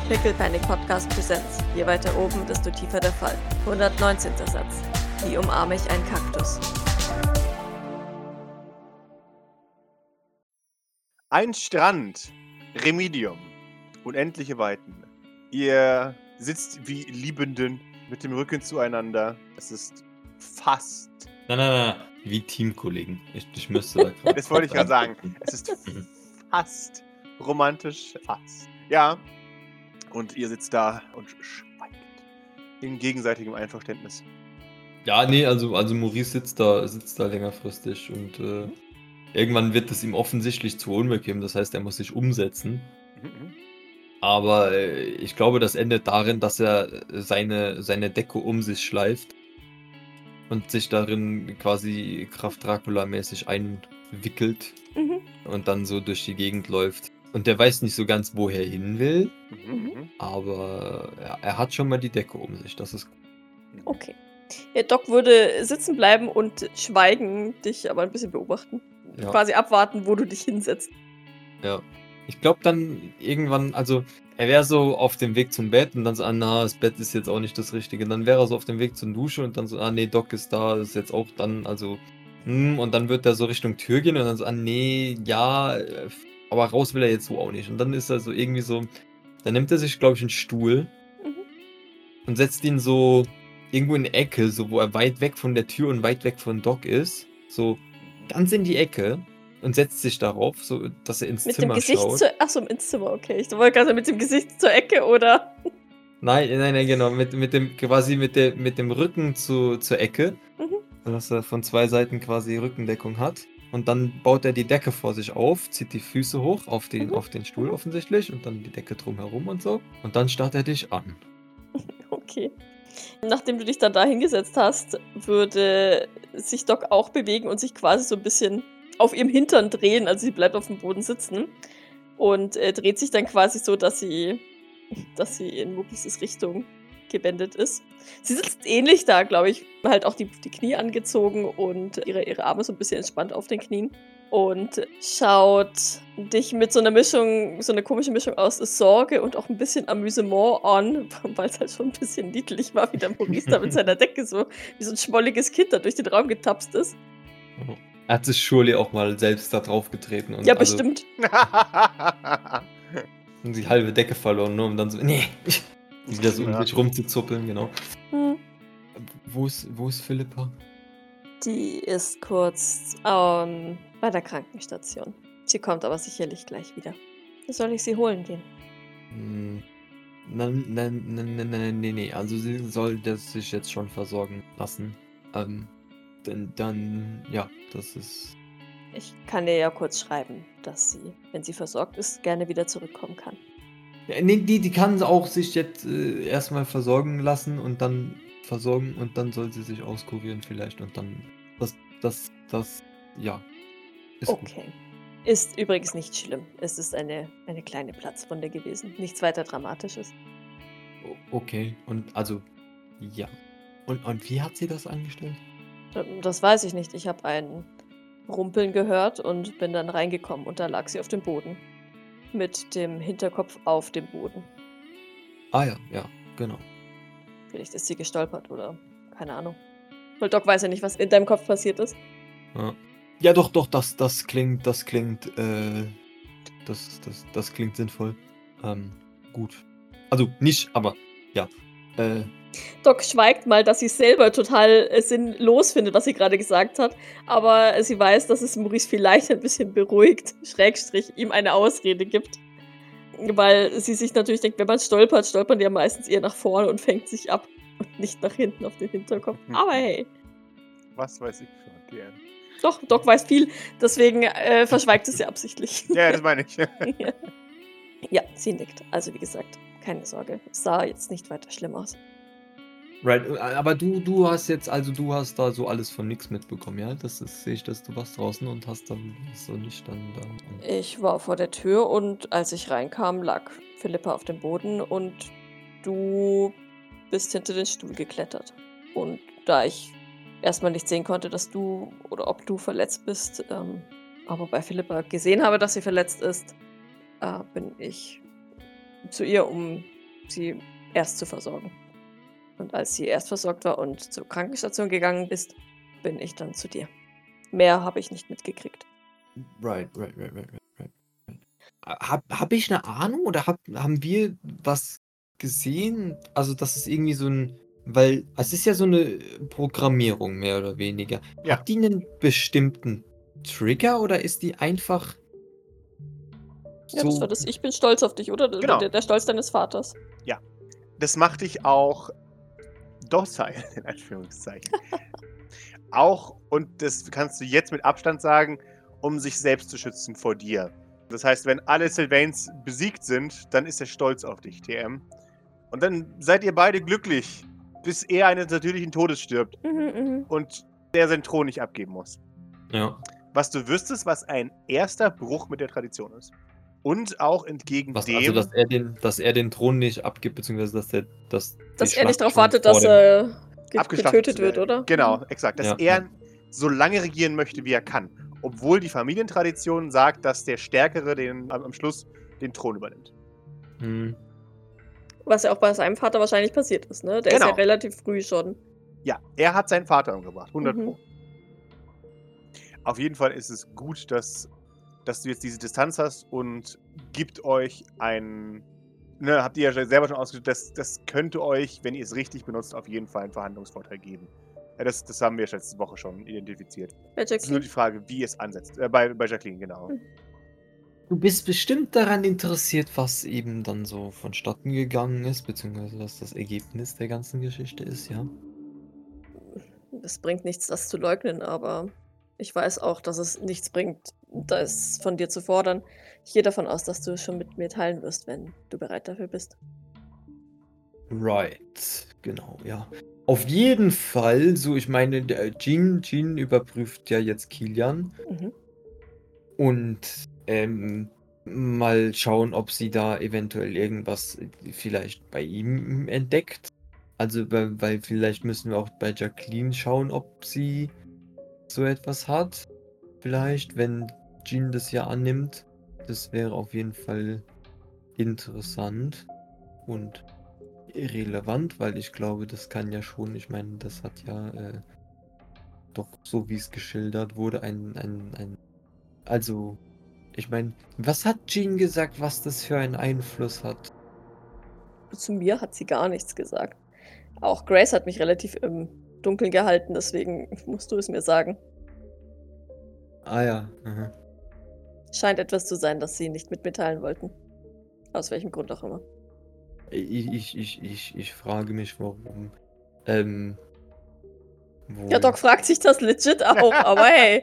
Pickle Panic Podcast Präsenz. Je weiter oben, desto tiefer der Fall. 119. Satz. Wie umarme ich einen Kaktus? Ein Strand. Remedium. Unendliche Weiten. Ihr sitzt wie Liebenden mit dem Rücken zueinander. Es ist fast. Nein. Wie Teamkollegen. Ich müsste da gerade. Das wollte ich gerade sagen. Es ist fast romantisch. Fast. Ja. Und ihr sitzt da und schweigt. In gegenseitigem Einverständnis. Ja, nee, also Maurice sitzt da längerfristig und irgendwann wird es ihm offensichtlich zu unbequem. Das heißt, er muss sich umsetzen. Aber ich glaube, das endet darin, dass er seine Decke um sich schleift und sich darin quasi Kraft Dracula-mäßig einwickelt und dann so durch die Gegend läuft. Und der weiß nicht so ganz, wo er hin will, aber er hat schon mal die Decke um sich. Das ist gut. Okay. Doc würde sitzen bleiben und schweigen, dich aber ein bisschen beobachten. Ja. Quasi abwarten, wo du dich hinsetzt. Ja. Ich glaube dann irgendwann, also er wäre so auf dem Weg zum Bett und dann so, das Bett ist jetzt auch nicht das Richtige. Dann wäre er so auf dem Weg zur Dusche und dann so, nee, Doc ist da, ist jetzt auch dann, also, und dann wird er so Richtung Tür gehen und dann so, nee, ja, aber raus will er jetzt so auch nicht. Und dann ist er so irgendwie so, dann nimmt er sich, glaube ich, einen Stuhl und setzt ihn so irgendwo in die Ecke, so wo er weit weg von der Tür und weit weg von Doc ist, so ganz in die Ecke. Und setzt sich darauf, so dass er ins Zimmer schaut. Achso, ins Zimmer, okay. Ich wollte gerade mit dem Gesicht zur Ecke, oder? Nein, genau. Mit dem Rücken zur Ecke. Dass er von zwei Seiten quasi Rückendeckung hat. Und dann baut er die Decke vor sich auf, zieht die Füße hoch auf den Stuhl offensichtlich und dann die Decke drumherum und so. Und dann starrt er dich an. Okay. Nachdem du dich dann da hingesetzt hast, würde sich Doc auch bewegen und sich quasi so ein bisschen auf ihrem Hintern drehen, also sie bleibt auf dem Boden sitzen und dreht sich dann quasi so, dass sie in Maurices Richtung gewendet ist. Sie sitzt ähnlich da, glaube ich, halt auch die Knie angezogen und ihre Arme so ein bisschen entspannt auf den Knien und schaut dich mit so einer komischen Mischung aus Sorge und auch ein bisschen Amüsement an, weil es halt schon ein bisschen niedlich war, wie der Maurice da mit seiner Decke so wie so ein schmolliges Kind da durch den Raum getapst ist. Er hat sich surely auch mal selbst da drauf getreten. Und ja, bestimmt. Und die halbe Decke verloren, nur um dann so, nee, wieder so um sich rumzuzuppeln, genau. Wo ist Philippa? Die ist kurz bei der Krankenstation. Sie kommt aber sicherlich gleich wieder. Soll ich sie holen gehen? Nee. Also sie soll das sich jetzt schon versorgen lassen. Dann, ja, das ist... Ich kann ihr ja kurz schreiben, dass sie, wenn sie versorgt ist, gerne wieder zurückkommen kann. Ja, nee, die kann auch sich jetzt erstmal versorgen lassen und dann versorgen und dann soll sie sich auskurieren vielleicht und dann ja, ist okay. Gut. Ist übrigens nicht schlimm. Es ist eine kleine Platzwunde gewesen. Nichts weiter Dramatisches. Okay, und also, ja. Und wie hat sie das angestellt? Das weiß ich nicht. Ich habe ein Rumpeln gehört und bin dann reingekommen und da lag sie auf dem Boden. Mit dem Hinterkopf auf dem Boden. Ah ja, genau. Vielleicht ist sie gestolpert oder keine Ahnung. Weil Doc weiß ja nicht, was in deinem Kopf passiert ist. Ja, doch, das klingt sinnvoll. Gut. Also nicht, aber ja. Doc schweigt mal, dass sie selber total sinnlos findet, was sie gerade gesagt hat. Aber sie weiß, dass es Maurice vielleicht ein bisschen beruhigt, / ihm eine Ausrede gibt. Weil sie sich natürlich denkt, wenn man stolpern die ja meistens eher nach vorne und fängt sich ab und nicht nach hinten auf den Hinterkopf. Aber hey. Was weiß ich schon gern. Doch, Doc weiß viel, deswegen verschweigt es sie absichtlich. Ja, das meine ich. Ja, sie nickt. Also wie gesagt, keine Sorge. Es sah jetzt nicht weiter schlimm aus. Right, aber du hast da so alles von nichts mitbekommen, ja? Sehe ich, dass du warst draußen und hast dann so nicht dann da. Ich war vor der Tür und als ich reinkam, lag Philippa auf dem Boden und du bist hinter den Stuhl geklettert. Und da ich erstmal nicht sehen konnte, dass du oder ob du verletzt bist, aber bei Philippa gesehen habe, dass sie verletzt ist, bin ich zu ihr, um sie erst zu versorgen. Und als sie erst versorgt war und zur Krankenstation gegangen ist, bin ich dann zu dir. Mehr habe ich nicht mitgekriegt. Right. Hab ich eine Ahnung oder haben wir was gesehen? Also, das ist irgendwie so ein, weil es ist ja so eine Programmierung mehr oder weniger. Ja. Hat die einen bestimmten Trigger oder ist die einfach Ja, das war das Ich bin stolz auf dich, oder? Genau. Der Stolz deines Vaters. Das macht dich auch docile, in Anführungszeichen. Auch, und das kannst du jetzt mit Abstand sagen, um sich selbst zu schützen vor dir. Das heißt, wenn alle Sylvains besiegt sind, dann ist er stolz auf dich, TM. Und dann seid ihr beide glücklich, bis er eines natürlichen Todes stirbt und der seinen Thron nicht abgeben muss. Ja. Was du wüsstest, was ein erster Bruch mit der Tradition ist. Und auch entgegen Was, dem... also, dass er den Thron nicht abgibt, beziehungsweise dass er nicht darauf wartet, dass er abgeschlachtet getötet zu wird, werden. oder? Genau, exakt. Dass Ja, er so lange regieren möchte, wie er kann. Obwohl die Familientradition sagt, dass der Stärkere am Schluss den Thron übernimmt. Was ja auch bei seinem Vater wahrscheinlich passiert ist, ne? Der ist ja relativ früh schon. Ja, er hat seinen Vater umgebracht, 100 Mhm. Pro. Auf jeden Fall ist es gut, dass du jetzt diese Distanz hast und gibt euch ein... Ne, habt ihr ja selber schon ausgedrückt, das könnte euch, wenn ihr es richtig benutzt, auf jeden Fall einen Verhandlungsvorteil geben. Ja, das haben wir letzte Woche schon identifiziert. Bei Es ist nur Jacqueline. die Frage, wie es ansetzt. Bei Jacqueline, genau. Du bist bestimmt daran interessiert, was eben dann so vonstatten gegangen ist, beziehungsweise was das Ergebnis der ganzen Geschichte ist, ja? Es bringt nichts, das zu leugnen, aber ich weiß auch, dass es nichts bringt, das von dir zu fordern. Ich gehe davon aus, dass du es schon mit mir teilen wirst, wenn du bereit dafür bist. Right, genau, ja. Auf jeden Fall, so ich meine, der Jean überprüft ja jetzt Kilian Mhm. und mal schauen, ob sie da eventuell irgendwas vielleicht bei ihm entdeckt. Also, weil vielleicht müssen wir auch bei Jacqueline schauen, ob sie so etwas hat. Vielleicht, wenn Jean das ja annimmt. Das wäre auf jeden Fall interessant und irrelevant, weil ich glaube, das kann ja schon, ich meine, das hat ja doch, so wie es geschildert wurde, also, ich meine, was hat Jean gesagt, was das für einen Einfluss hat? Zu mir hat sie gar nichts gesagt. Auch Grace hat mich relativ im Dunkeln gehalten, deswegen musst du es mir sagen. Ah ja, aha. Scheint etwas zu sein, das sie nicht mit mir teilen wollten. Aus welchem Grund auch immer. Ich frage mich, warum. Ja, Doc fragt sich das legit auch, aber hey.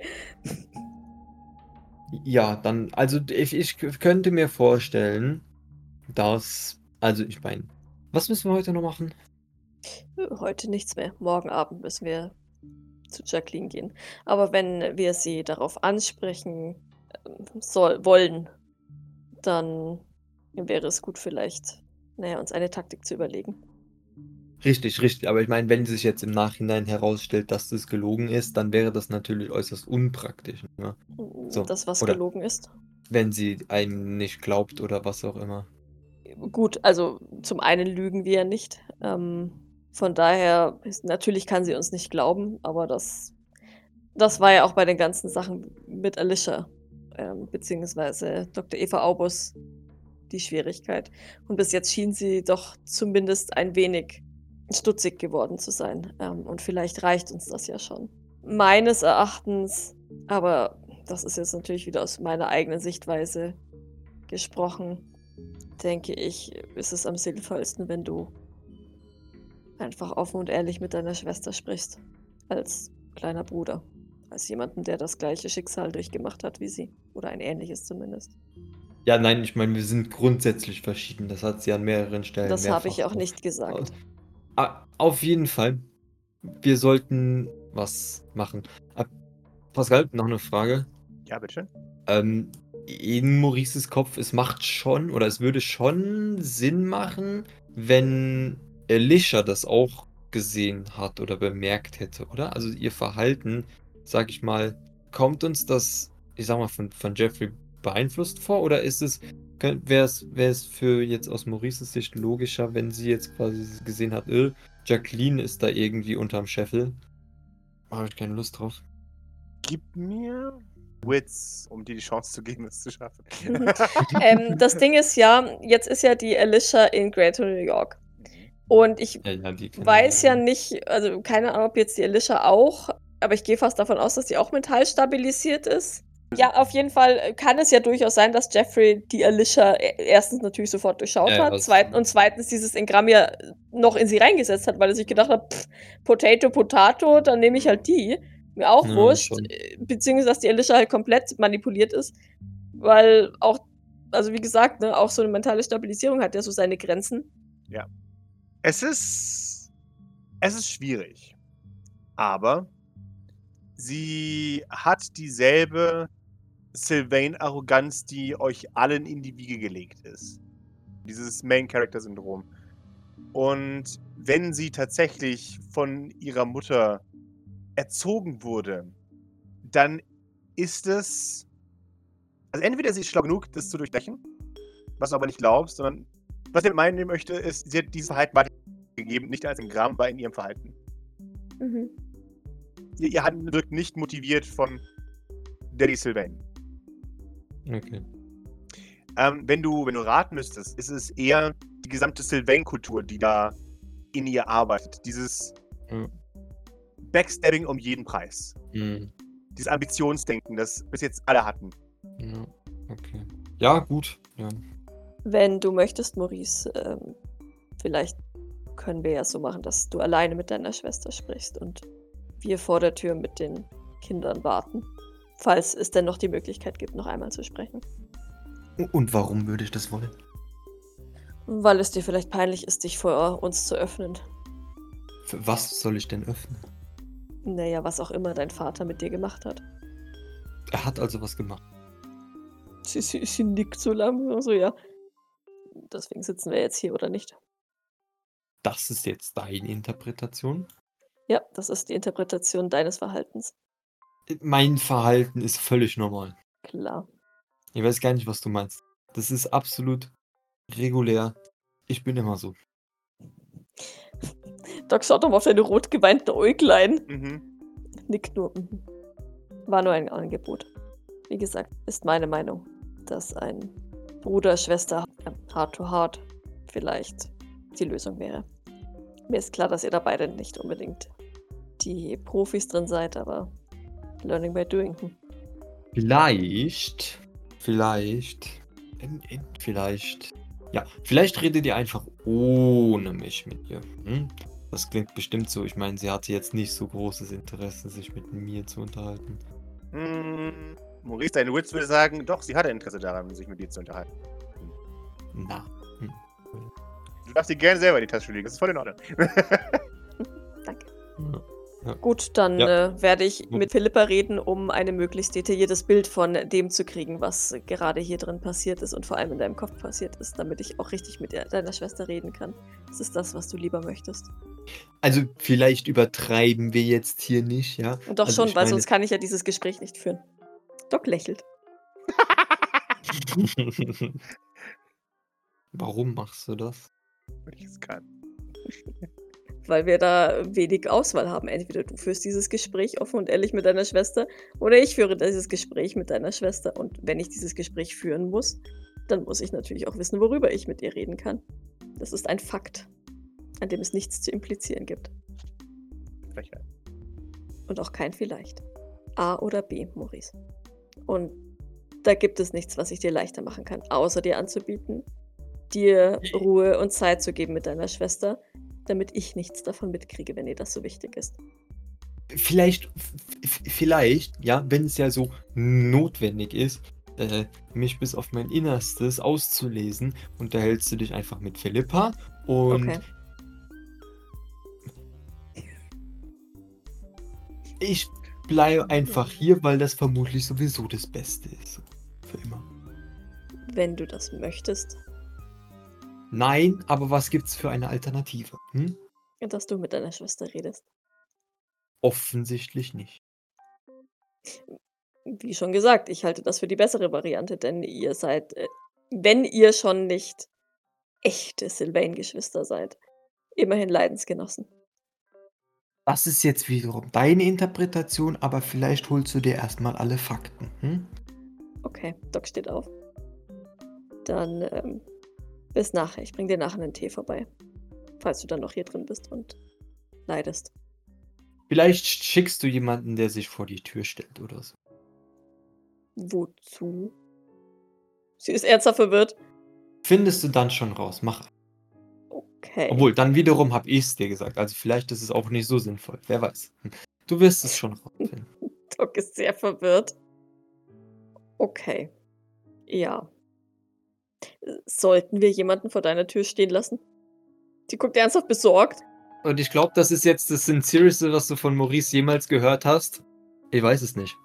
Ja, dann, also ich könnte mir vorstellen, dass, also ich meine, was müssen wir heute noch machen? Heute nichts mehr. Morgen Abend müssen wir zu Jacqueline gehen. Aber wenn wir sie darauf ansprechen wollen, dann wäre es gut, vielleicht, uns eine Taktik zu überlegen. Richtig, aber ich meine, wenn sich jetzt im Nachhinein herausstellt, dass das gelogen ist, dann wäre das natürlich äußerst unpraktisch. Ne? So, Das, was oder gelogen ist. wenn sie einem nicht glaubt oder was auch immer. Gut, also zum einen lügen wir ja nicht. Von daher, natürlich kann sie uns nicht glauben, aber das war ja auch bei den ganzen Sachen mit Alicia, beziehungsweise Dr. Eva Aubus die Schwierigkeit. Und bis jetzt schien sie doch zumindest ein wenig stutzig geworden zu sein. Und vielleicht reicht uns das ja schon. Meines Erachtens, aber das ist jetzt natürlich wieder aus meiner eigenen Sichtweise gesprochen, denke ich, ist es am sinnvollsten, wenn du einfach offen und ehrlich mit deiner Schwester sprichst. Als kleiner Bruder. Als jemanden, der das gleiche Schicksal durchgemacht hat wie sie. Oder ein ähnliches zumindest. Ja, nein, ich meine, wir sind grundsätzlich verschieden. Das hat sie an mehreren Stellen Das habe ich mehrfach auch nicht gesagt. Auf jeden Fall. Wir sollten was machen. Pascal, noch eine Frage. Ja, bitteschön. In Maurices Kopf, es würde schon Sinn machen, wenn Alicia das auch gesehen hat oder bemerkt hätte, oder? Also ihr Verhalten, sag ich mal, kommt uns das, ich sag mal, von Jeffrey beeinflusst vor? Oder wäre es für jetzt aus Maurices Sicht logischer, wenn sie jetzt quasi gesehen hat, Jacqueline ist da irgendwie unterm Scheffel? Habe ich keine Lust drauf. Gib mir Wits, um dir die Chance zu geben, es zu schaffen. Das Ding ist ja, jetzt ist ja die Alicia in Greater New York. Und ich Ja, die kennen weiß wir ja nicht, also keine Ahnung, ob jetzt die Alicia auch, aber ich gehe fast davon aus, dass die auch mental stabilisiert ist. Ja, auf jeden Fall kann es ja durchaus sein, dass Jeffrey die Alicia erstens natürlich sofort durchschaut Ja, hat das- und zweitens dieses Engramm ja noch in sie reingesetzt hat, weil er sich gedacht hat, Potato, Potato, dann nehme ich halt die. Mir auch Ja, wurscht. schon. Beziehungsweise, dass die Alicia halt komplett manipuliert ist, weil auch, also wie gesagt, ne, auch so eine mentale Stabilisierung hat ja so seine Grenzen. Es ist schwierig, aber sie hat dieselbe Sylvain-Arroganz, die euch allen in die Wiege gelegt ist. Dieses Main-Character-Syndrom. Und wenn sie tatsächlich von ihrer Mutter erzogen wurde, dann ist es. Also entweder sie ist schlau genug, das zu durchbrechen, was du aber nicht glaubst, sondern was ich meinen möchte, ist, sie hat dieses Verhalten weitergegeben, nicht als Engramm, war in ihrem Verhalten. Mhm. Ihr Handeln wirkt nicht motiviert von Daddy Sylvain. Okay. Wenn du raten müsstest, ist es eher die gesamte Sylvain-Kultur, die da in ihr arbeitet. Dieses Ja. Backstabbing um jeden Preis. Hm. Dieses Ambitionsdenken, das bis jetzt alle hatten. Ja, okay. Ja, gut. Ja. Wenn du möchtest, Maurice, vielleicht können wir ja so machen, dass du alleine mit deiner Schwester sprichst und wir vor der Tür mit den Kindern warten. Falls es denn noch die Möglichkeit gibt, noch einmal zu sprechen. Und warum würde ich das wollen? Weil es dir vielleicht peinlich ist, dich vor uns zu öffnen. Für was soll ich denn öffnen? Naja, was auch immer dein Vater mit dir gemacht hat. Er hat also was gemacht. Sie nickt so lang, so ja. Deswegen sitzen wir jetzt hier, oder nicht? Das ist jetzt deine Interpretation? Ja, das ist die Interpretation deines Verhaltens. Mein Verhalten ist völlig normal. Klar. Ich weiß gar nicht, was du meinst. Das ist absolut regulär. Ich bin immer so. Doc, schaut doch mal auf deine rot geweinten Äuglein. Mhm. Nickt nur. Mhm. War nur ein Angebot. Wie gesagt, ist meine Meinung, dass ein Bruder, Schwester, Heart to Heart vielleicht die Lösung wäre. Mir ist klar, dass ihr da beide nicht unbedingt die Profis drin seid, aber learning by doing. Vielleicht. Ja, vielleicht redet ihr einfach ohne mich mit ihr. Hm? Das klingt bestimmt so. Ich meine, sie hatte jetzt nicht so großes Interesse, sich mit mir zu unterhalten. Maurice, deine Witz würde sagen, doch, sie hatte Interesse daran, sich mit dir zu unterhalten. Na. Du darfst dir gerne selber in die Tasche legen, das ist voll in Ordnung. Danke. Ja. Gut, dann Ja. werde ich mit Philippa reden, um ein möglichst detailliertes Bild von dem zu kriegen, was gerade hier drin passiert ist und vor allem in deinem Kopf passiert ist, damit ich auch richtig mit deiner Schwester reden kann. Das ist das, was du lieber möchtest. Also, vielleicht übertreiben wir jetzt hier nicht, ja? Und doch Also, schon, ich weil meine- sonst kann ich ja dieses Gespräch nicht führen. Doc lächelt. Warum machst du das? Wenn ich es kann. Weil wir da wenig Auswahl haben. Entweder du führst dieses Gespräch offen und ehrlich mit deiner Schwester oder ich führe dieses Gespräch mit deiner Schwester. Und wenn ich dieses Gespräch führen muss, dann muss ich natürlich auch wissen, worüber ich mit ihr reden kann. Das ist ein Fakt, an dem es nichts zu implizieren gibt. Frechheit. Und auch kein vielleicht. A oder B, Maurice. Und da gibt es nichts, was ich dir leichter machen kann, außer dir anzubieten, dir Ruhe und Zeit zu geben mit deiner Schwester, damit ich nichts davon mitkriege, wenn dir das so wichtig ist. Vielleicht, ja, wenn es ja so notwendig ist, mich bis auf mein Innerstes auszulesen, unterhältst du dich einfach mit Philippa und Okay. ich bleibe einfach hier, weil das vermutlich sowieso das Beste ist. Für immer. Wenn du das möchtest, Nein, aber was gibt's für eine Alternative? Hm? dass du mit deiner Schwester redest. Offensichtlich nicht. Wie schon gesagt, ich halte das für die bessere Variante, denn ihr seid, wenn ihr schon nicht echte Sylvain-Geschwister seid, immerhin Leidensgenossen. Das ist jetzt wiederum deine Interpretation, aber vielleicht holst du dir erstmal alle Fakten. Hm? Okay, Doc steht auf. Dann bis nachher. Ich bring dir nachher einen Tee vorbei. Falls du dann noch hier drin bist und leidest. Vielleicht schickst du jemanden, der sich vor die Tür stellt oder so. Wozu? Sie ist ernsthaft verwirrt. Findest du dann schon raus. Mach. Okay. Obwohl, dann wiederum habe ich es dir gesagt. Also vielleicht ist es auch nicht so sinnvoll. Wer weiß. Du wirst es schon rausfinden. Doc ist sehr verwirrt. Okay. Ja. Sollten wir jemanden vor deiner Tür stehen lassen? Sie guckt ernsthaft besorgt. Und ich glaube, das ist jetzt das Sincereste, was du von Maurice jemals gehört hast. Ich weiß es nicht.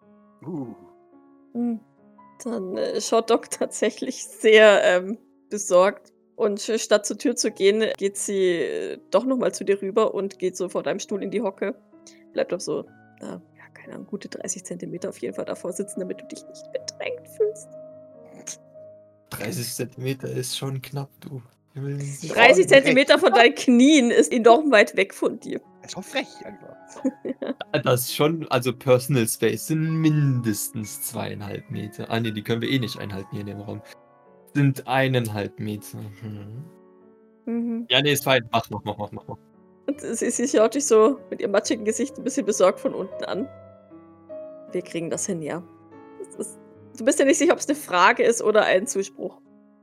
Dann schaut Doc tatsächlich sehr besorgt. Und statt zur Tür zu gehen, geht sie doch nochmal zu dir rüber und geht so vor deinem Stuhl in die Hocke. Bleibt auf so, ja, keine Ahnung, gute 30 Zentimeter auf jeden Fall davor sitzen, damit du dich nicht bedrängt fühlst. 30 Zentimeter ist schon knapp, du. 30 Zentimeter von deinen Knien ist enorm weit weg von dir. Das ist schon frech einfach. Das ist schon, also Personal Space sind mindestens 2,5 Meter. Ah ne, die können wir eh nicht einhalten hier in dem Raum. Sind 1,5 Meter. Ja, nee, ist fein. Mach. Und sie schaut dich so mit ihrem matschigen Gesicht ein bisschen besorgt von unten an. Wir kriegen das hin, ja. Du bist ja nicht sicher, ob es eine Frage ist oder ein Zuspruch.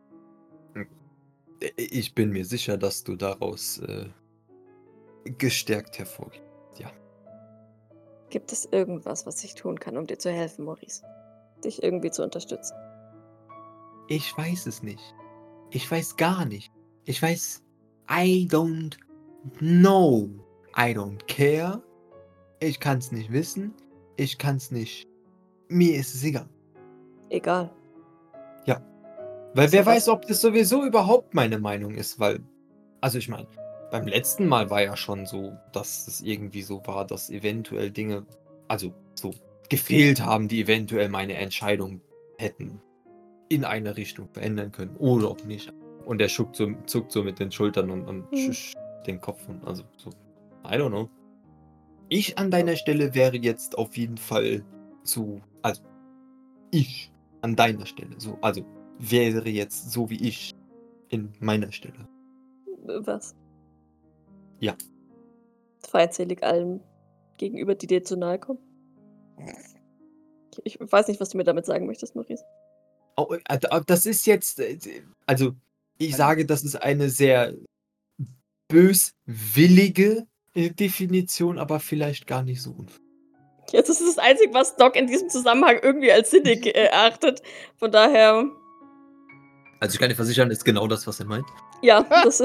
Ich bin mir sicher, dass du daraus gestärkt hervorgehst. Ja. Gibt es irgendwas, was ich tun kann, um dir zu helfen, Maurice? Dich irgendwie zu unterstützen? Ich weiß es nicht. Ich weiß gar nicht. Ich weiß, I don't know. I don't care. Ich kann es nicht wissen. Ich kann es nicht. Mir ist es egal. Egal. Ja. Weil wer weiß, ob das sowieso überhaupt meine Meinung ist, weil, also ich meine, beim letzten Mal war ja schon so, dass es irgendwie so war, dass eventuell Dinge, also so gefehlt haben, die eventuell meine Entscheidung hätten in eine Richtung verändern können oder auch nicht. Und er zuckt so mit den Schultern und den Kopf und also so. I don't know. Ich an deiner Stelle wäre jetzt auf jeden Fall also ich an deiner Stelle, so, also wäre jetzt so wie ich in meiner Stelle. Was? Ja. Feindselig allen gegenüber, die dir zu nahe kommen? Ich weiß nicht, was du mir damit sagen möchtest, Maurice. Oh, das ist jetzt, also ich sage, das ist eine sehr böswillige Definition, aber vielleicht gar nicht so unfair. Jetzt ist es das Einzige, was Doc in diesem Zusammenhang irgendwie als sinnig erachtet. Von daher. Also ich kann dir versichern, ist genau das, was er meint. Ja, das.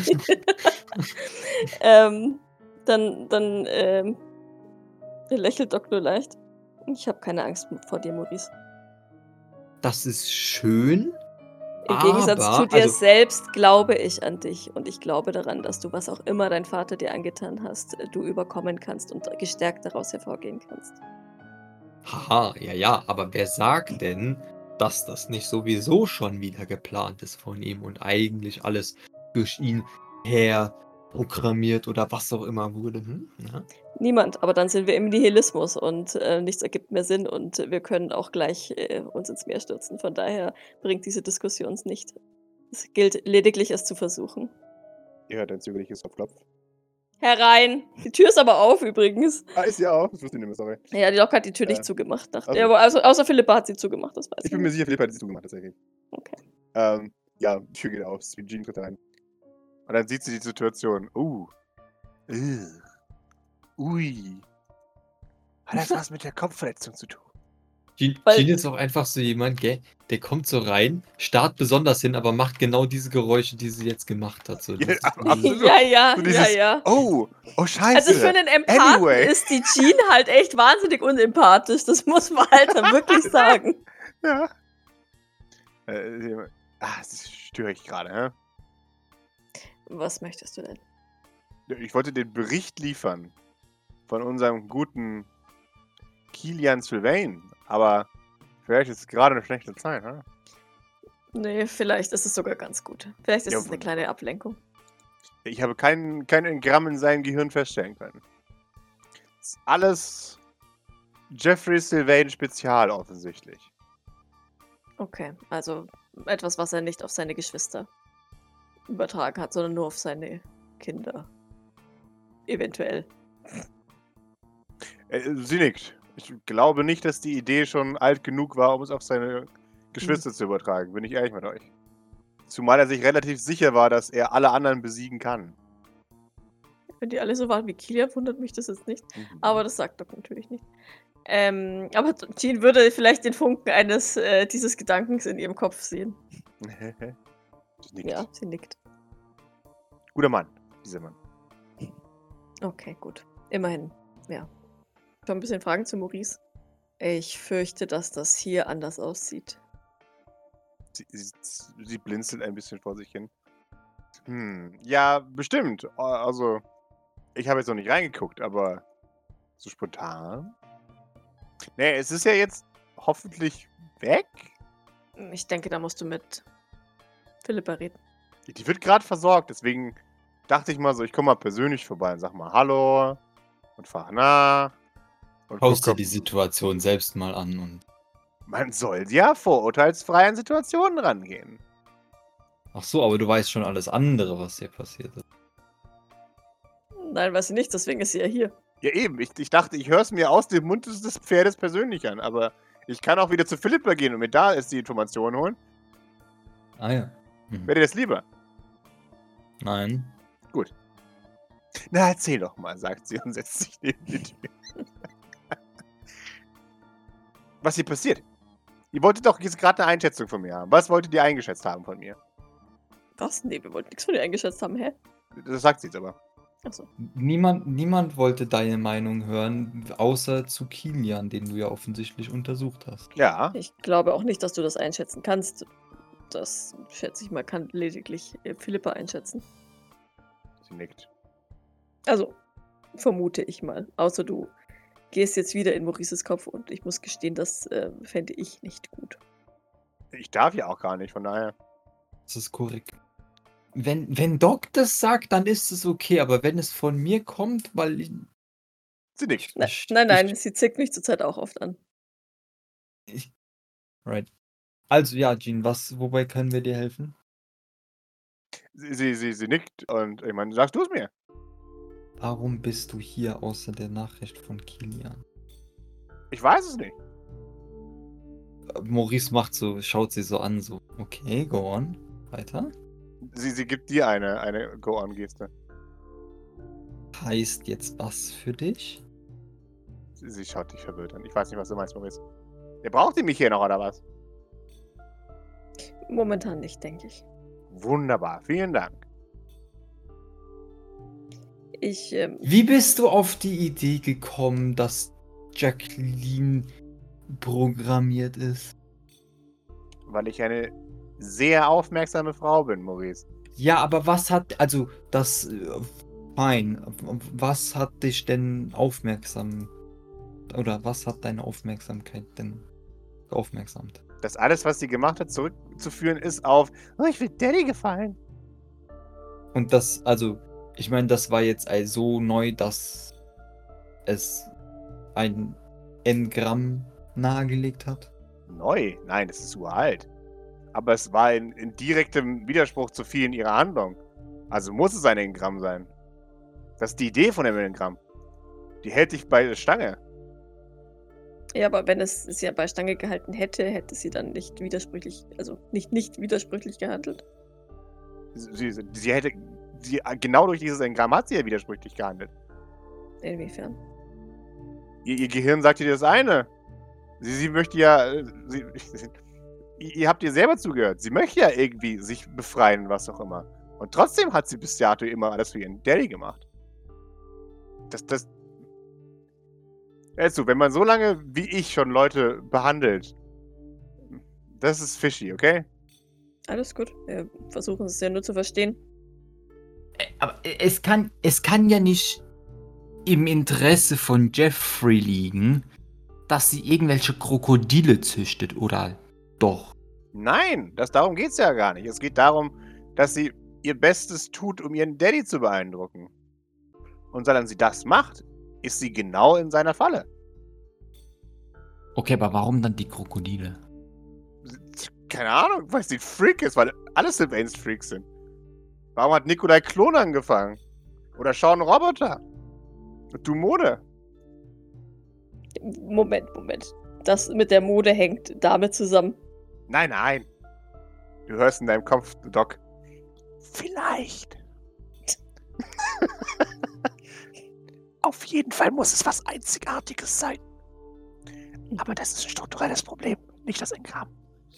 Dann lächelt Doc nur leicht. Ich habe keine Angst vor dir, Maurice. Das ist schön. Im Gegensatz zu dir selbst glaube ich an dich und ich glaube daran, dass du, was auch immer dein Vater dir angetan hast, du überkommen kannst und gestärkt daraus hervorgehen kannst. Haha, ja, aber wer sagt denn, dass das nicht sowieso schon wieder geplant ist von ihm und eigentlich alles durch ihn her programmiert oder was auch immer wurde? Ja. Niemand, aber dann sind wir im Nihilismus und nichts ergibt mehr Sinn und wir können auch gleich uns ins Meer stürzen. Von daher bringt diese Diskussion es nicht. Es gilt lediglich, es zu versuchen. Ihr hört ein zögerliches Klopf. Herein! Die Tür ist aber auf übrigens. Ah, ist ja auch. Das wusste ich nicht mehr, sorry. Ja, die Doc hat die Tür nicht zugemacht. Also. Ja, aber außer Philippa hat sie zugemacht, das weiß ich. Ich bin mir sicher, Philippa hat sie zugemacht, tatsächlich. Okay. Ja, die Tür geht auf. Jean tritt rein. Und dann sieht sie die Situation. Ui. Hat das was mit der Kopfverletzung zu tun? Jean ist auch einfach so jemand, gell? Der kommt so rein, starrt besonders hin, aber macht genau diese Geräusche, die sie jetzt gemacht hat. So, Ja, absolut. Ja. Oh, scheiße. Also für einen Empathen ist die Jean halt echt wahnsinnig unempathisch. Das muss man halt dann wirklich sagen. Ja. Das störe ich gerade, hä? Was möchtest du denn? Ich wollte den Bericht liefern von unserem guten Kilian Sylvain, aber vielleicht ist es gerade eine schlechte Zeit, ne? Nee, vielleicht ist es sogar ganz gut. Vielleicht ist Ja, es eine kleine Ablenkung. Ich habe kein Engramm in seinem Gehirn feststellen können. Das ist alles Jeffrey Sylvain Spezial offensichtlich. Okay, also etwas, was er nicht auf seine Geschwister übertragen hat, sondern nur auf seine Kinder. Eventuell. Sie nickt. Ich glaube nicht, dass die Idee schon alt genug war, um es auf seine Geschwister zu übertragen, bin ich ehrlich mit euch. Zumal er sich relativ sicher war, dass er alle anderen besiegen kann. Wenn die alle so waren wie Kilian, wundert mich das jetzt nicht. Aber das sagt Doc natürlich nicht. Aber Jean würde vielleicht den Funken dieses Gedankens in ihrem Kopf sehen. Sie nickt. Ja, sie nickt. Guter Mann, dieser Mann. Okay, gut. Immerhin, ja. Schon ein bisschen Fragen zu Maurice. Ich fürchte, dass das hier anders aussieht. Sie blinzelt ein bisschen vor sich hin. Ja, bestimmt. Also, ich habe jetzt noch nicht reingeguckt, aber so spontan. Nee, es ist ja jetzt hoffentlich weg. Ich denke, da musst du mit Philippa reden. Die wird gerade versorgt, deswegen dachte ich mal so, ich komme mal persönlich vorbei und sag mal Hallo und frag nach. Und Schaust guck, dir die Situation selbst mal an und. man soll ja vorurteilsfrei an Situationen rangehen. Ach so, aber du weißt schon alles andere, was hier passiert ist. Nein, weiß sie nicht, deswegen ist sie ja hier. Ja eben, ich dachte, ich höre es mir aus dem Mund des Pferdes persönlich an, aber ich kann auch wieder zu Philippa gehen und mir da erst die Information holen. Ah ja. Wäre dir das lieber? Nein. Gut. Na, erzähl doch mal, sagt sie und setzt sich neben die Tür. Was hier passiert? Ihr wolltet doch jetzt gerade eine Einschätzung von mir haben. Was wolltet ihr eingeschätzt haben von mir? Was? Nee, wir wollten nichts von dir eingeschätzt haben, hä? Das sagt sie jetzt aber. Achso. Niemand wollte deine Meinung hören, außer zu Kilian, den du ja offensichtlich untersucht hast. Ja. Ich glaube auch nicht, dass du das einschätzen kannst. Das, schätze ich mal, kann lediglich Philippa einschätzen. Sie nickt. Also, vermute ich mal. Außer du gehst jetzt wieder in Maurices Kopf und ich muss gestehen, das fände ich nicht gut. Ich darf ja auch gar nicht, von daher. Das ist korrekt. Wenn Doc das sagt, dann ist es okay, aber wenn es von mir kommt, weil ich. Sie nickt. Nein, sie zickt mich zurzeit auch oft an. Right. Also ja, Jean, wobei können wir dir helfen? Sie nickt und ich meine, sagst du es mir? Warum bist du hier außer der Nachricht von Kilian? Ich weiß es nicht. Maurice schaut sie so an, so, okay, go on. Weiter. Sie gibt dir eine Go-On-Geste. Heißt jetzt was für dich? Sie schaut dich verwirrt an. Ich weiß nicht, was du meinst, Maurice. Der braucht ihr mich hier noch, oder was? Momentan nicht, denke ich. Wunderbar, vielen Dank. Wie bist du auf die Idee gekommen, dass Jacqueline programmiert ist? Weil ich eine sehr aufmerksame Frau bin, Maurice. Ja, aber was hat dich denn was hat deine Aufmerksamkeit denn aufmerksamt? Das alles, was sie gemacht hat, zurückzuführen ist auf, oh, ich will Daddy gefallen. Und das, also, ich meine, das war jetzt so neu, dass es ein Engramm nahegelegt hat? Neu? Nein, das ist uralt. Aber es war in direktem Widerspruch zu vielen ihrer Handlungen. Also muss es ein Engramm sein. Das ist die Idee von dem Engramm. Die hält dich bei der Stange. Ja, aber wenn es sie ja bei Stange gehalten hätte, hätte sie dann nicht widersprüchlich, also nicht widersprüchlich gehandelt. Genau durch dieses Engramm hat sie ja widersprüchlich gehandelt. Inwiefern? Ihr Gehirn sagt ihr das eine. Sie möchte ja. Ihr habt ihr selber zugehört. Sie möchte ja irgendwie sich befreien, was auch immer. Und trotzdem hat sie bis dato immer alles für ihren Daddy gemacht. Also, wenn man so lange wie ich schon Leute behandelt, das ist fishy, okay? Alles gut. Wir versuchen es ja nur zu verstehen. Aber es kann ja nicht im Interesse von Jeffrey liegen, dass sie irgendwelche Krokodile züchtet, oder doch? Nein, darum geht es ja gar nicht. Es geht darum, dass sie ihr Bestes tut, um ihren Daddy zu beeindrucken. Und solange sie das macht, ist sie genau in seiner Falle. Okay, aber warum dann die Krokodile? Keine Ahnung, weil sie ein Freak ist, weil alle Sylvains Freaks sind. Warum hat Nikolai Klon angefangen? Oder Sean Roboter? Und du Mode? Moment. Das mit der Mode hängt damit zusammen. Nein. Du hörst in deinem Kopf, Doc. Vielleicht. Auf jeden Fall muss es was Einzigartiges sein. Aber das ist ein strukturelles Problem, nicht das Engramm.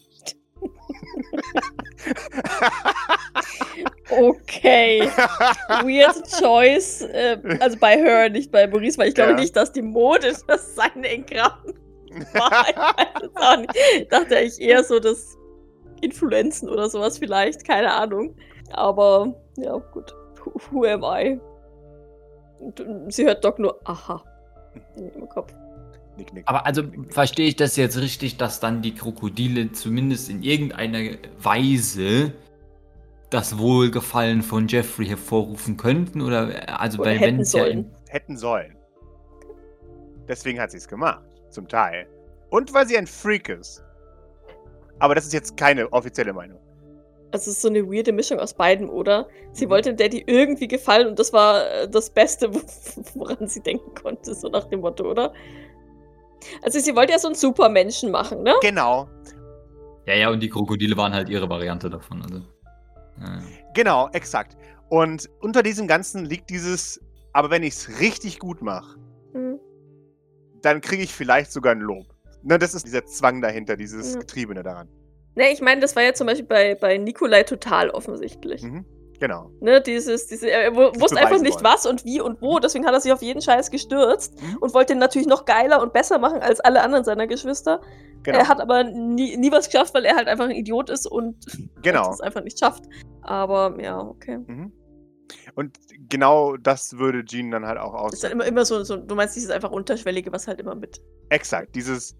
Okay. Weird choice. Also bei Her, nicht bei Maurice, weil ich glaube nicht, dass die Mode das sein Engramm war. Ich weiß es auch nicht. Ich dachte eigentlich eher so das Influenzen oder sowas vielleicht. Keine Ahnung. Aber ja, gut. Who am I? Und sie hört Doc nur aha im Kopf. Nick. Aber also verstehe ich das jetzt richtig, dass dann die Krokodile zumindest in irgendeiner Weise das Wohlgefallen von Jeffrey hervorrufen könnten? Oder also Oder weil hätten wenn es ja sollen. Hätten sollen. Deswegen hat sie es gemacht. Zum Teil. Und weil sie ein Freak ist. Aber das ist jetzt keine offizielle Meinung. Also es ist so eine weirde Mischung aus beidem, oder? Sie wollte Daddy irgendwie gefallen und das war das Beste, woran sie denken konnte, so nach dem Motto, oder? Also sie wollte ja so einen Supermenschen machen, ne? Genau. Ja, und die Krokodile waren halt ihre Variante davon. Also. Ja. Genau, exakt. Und unter diesem Ganzen liegt dieses, aber wenn ich es richtig gut mache, Mhm. dann kriege ich vielleicht sogar ein Lob. Ne, das ist dieser Zwang dahinter, dieses Ja. Getriebene daran. Ne, ich meine, das war ja zum Beispiel bei Nikolai total offensichtlich. Mhm. Genau. Ne, er wusste einfach beweisen nicht wollen. was und wie und wo, deswegen hat er sich auf jeden Scheiß gestürzt Mhm. und wollte ihn natürlich noch geiler und besser machen als alle anderen seiner Geschwister. Genau. Er hat aber nie was geschafft, weil er halt einfach ein Idiot ist und Genau. es einfach nicht schafft. Aber ja, okay. Mhm. Und genau das würde Jean dann halt auch Das ist dann aussagen. immer so, du meinst dieses einfach Unterschwellige, was halt immer mit. Exakt.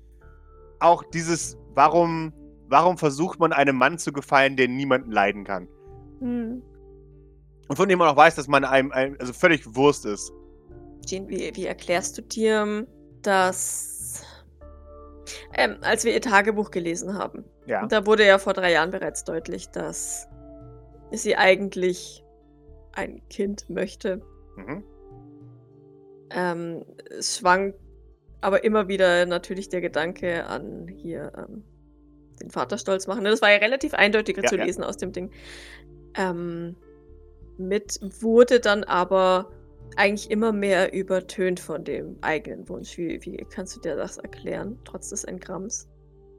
Warum versucht man einem Mann zu gefallen, der niemanden leiden kann? Hm. Und von dem man auch weiß, dass man einem also völlig Wurst ist. Jean, wie erklärst du dir, dass als wir ihr Tagebuch gelesen haben, Ja. da wurde ja vor 3 Jahren bereits deutlich, dass sie eigentlich ein Kind möchte. Mhm. Es schwang aber immer wieder natürlich der Gedanke an hier den Vater stolz machen. Das war ja relativ eindeutiger zu lesen aus dem Ding. Wurde dann aber eigentlich immer mehr übertönt von dem eigenen Wunsch. Wie kannst du dir das erklären, trotz des Engramms?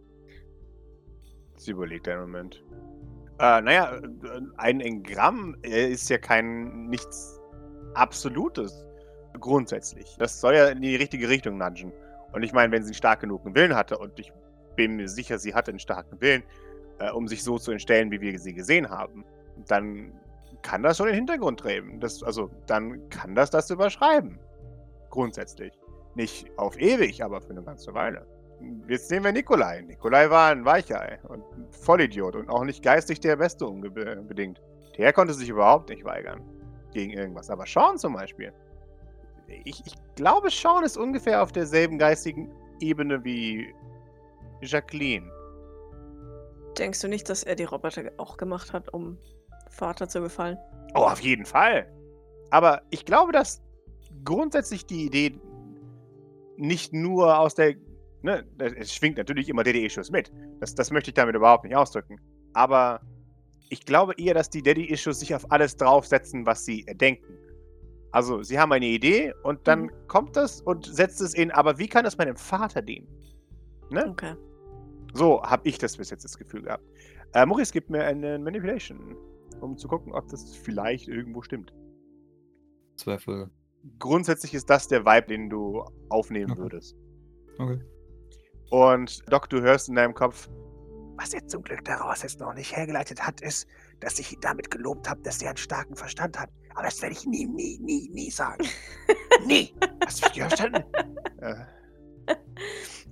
Sie überlegt einen Moment. Naja, ein Engramm ist ja nichts Absolutes. Grundsätzlich. Das soll ja in die richtige Richtung nudgen. Und ich meine, wenn sie einen stark genugen Willen hatte, und ich bin mir sicher, sie hatte einen starken Willen, um sich so zu entstellen, wie wir sie gesehen haben, dann kann das schon in den Hintergrund treten. Dann kann das überschreiben. Grundsätzlich. Nicht auf ewig, aber für eine ganze Weile. Jetzt nehmen wir Nikolai. Nikolai war ein Weichei und ein Vollidiot und auch nicht geistig der Beste unbedingt. Der konnte sich überhaupt nicht weigern gegen irgendwas. Aber Sean zum Beispiel. Ich glaube, Sean ist ungefähr auf derselben geistigen Ebene wie Jacqueline. Denkst du nicht, dass er die Roboter auch gemacht hat, um Vater zu gefallen? Oh, auf jeden Fall. Aber ich glaube, dass grundsätzlich die Idee nicht nur aus der... Ne, es schwingt natürlich immer Daddy-Issues mit. Das möchte ich damit überhaupt nicht ausdrücken. Aber ich glaube eher, dass die Daddy-Issues sich auf alles draufsetzen, was sie erdenken. Also, sie haben eine Idee und dann kommt das und setzt es in, aber wie kann das meinem Vater dienen? Ne? Okay. So habe ich das bis jetzt das Gefühl gehabt. Maurice gibt mir eine Manipulation, um zu gucken, ob das vielleicht irgendwo stimmt. 2 Folge. Grundsätzlich ist das der Vibe, den du aufnehmen Okay. würdest. Okay. Und Doc, du hörst in deinem Kopf, was er zum Glück daraus jetzt noch nicht hergeleitet hat, ist, dass ich ihn damit gelobt habe, dass er einen starken Verstand hat. Aber das werde ich nie sagen. Nie! Hast du mich verstanden?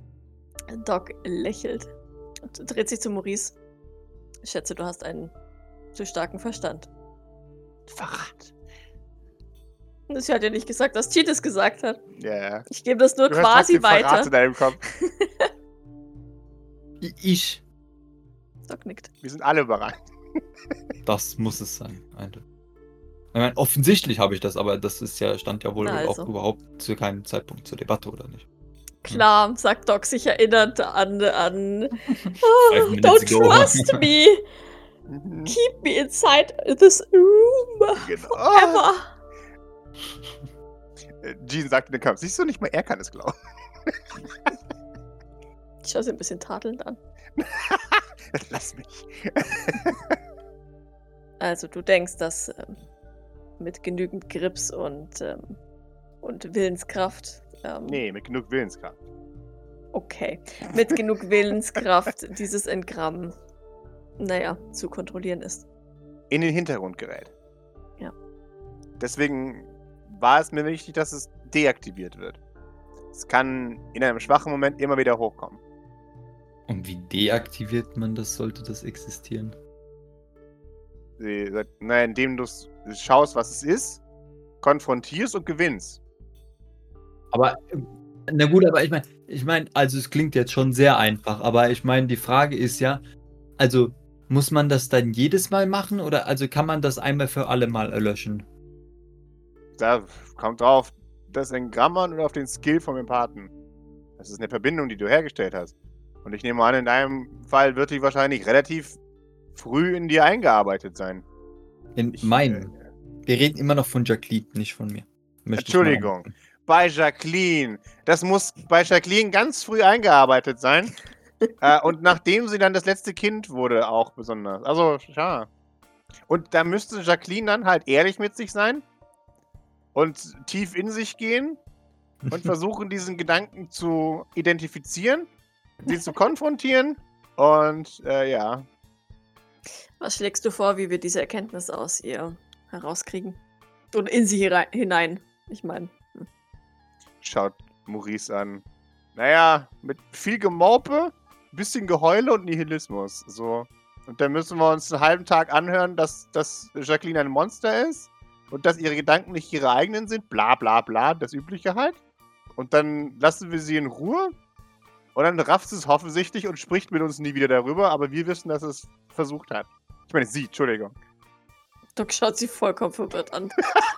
Doc lächelt und dreht sich zu Maurice. Ich schätze, du hast einen zu starken Verstand. Verrat. Und sie hat ja nicht gesagt, dass Cheat es gesagt hat. Ja. Ich gebe das nur Du hörst quasi trotzdem Verrat weiter. in deinem Kopf. Ich. Doc nickt. Wir sind alle überrascht. Das muss es sein. Ich meine, offensichtlich habe ich das, aber das ist ja, stand ja wohl Na also. auch überhaupt zu keinem Zeitpunkt zur Debatte, oder nicht? Klar, sagt Doc, sich erinnert an Five minutes don't ago. trust me. Mhm. Keep me inside this room Genau. forever. Jean sagt in den Kampf, siehst du, nicht mal er kann es glauben. Ich schaue sie ein bisschen tadelnd an. Lass mich. Also du denkst, dass mit genügend Grips und Willenskraft. Nee, mit genug Willenskraft. Okay. Mit genug Willenskraft dieses Engramm, zu kontrollieren ist. In den Hintergrund gerät. Ja. Deswegen war es mir wichtig, dass es deaktiviert wird. Es kann in einem schwachen Moment immer wieder hochkommen. Und wie deaktiviert man das, sollte das existieren? Sie sagt, indem du schaust, was es ist, konfrontierst und gewinnst. Aber, na gut, aber ich meine, also es klingt jetzt schon sehr einfach, aber ich meine, die Frage ist ja, also muss man das dann jedes Mal machen oder also kann man das einmal für alle Mal erlöschen? Da kommt drauf das Engramm an oder auf den Skill vom Empathen. Das ist eine Verbindung, die du hergestellt hast. Und ich nehme an, in deinem Fall wird die wahrscheinlich relativ früh in dir eingearbeitet sein. In meinen. Wir reden immer noch von Jacqueline, nicht von mir. Möchte ich mal Entschuldigung. anmerken. Bei Jacqueline. Das muss bei Jacqueline ganz früh eingearbeitet sein. Und nachdem sie dann das letzte Kind wurde, auch besonders. Also, ja. Und da müsste Jacqueline dann halt ehrlich mit sich sein und tief in sich gehen und versuchen, diesen Gedanken zu identifizieren, sie zu konfrontieren und ja. Was schlägst du vor, wie wir diese Erkenntnis aus ihr herauskriegen? Oder in sie hinein. Ich meine. Schaut Maurice an. Naja, mit viel Gemorpe, bisschen Geheule und Nihilismus. So. Und dann müssen wir uns einen halben Tag anhören, dass Jacqueline ein Monster ist und dass ihre Gedanken nicht ihre eigenen sind. Bla bla bla, das Übliche halt. Und dann lassen wir sie in Ruhe. Und dann rafft es offensichtlich und spricht mit uns nie wieder darüber, aber wir wissen, dass es versucht hat. Ich meine, sie, Entschuldigung. Doc schaut sie vollkommen verwirrt an.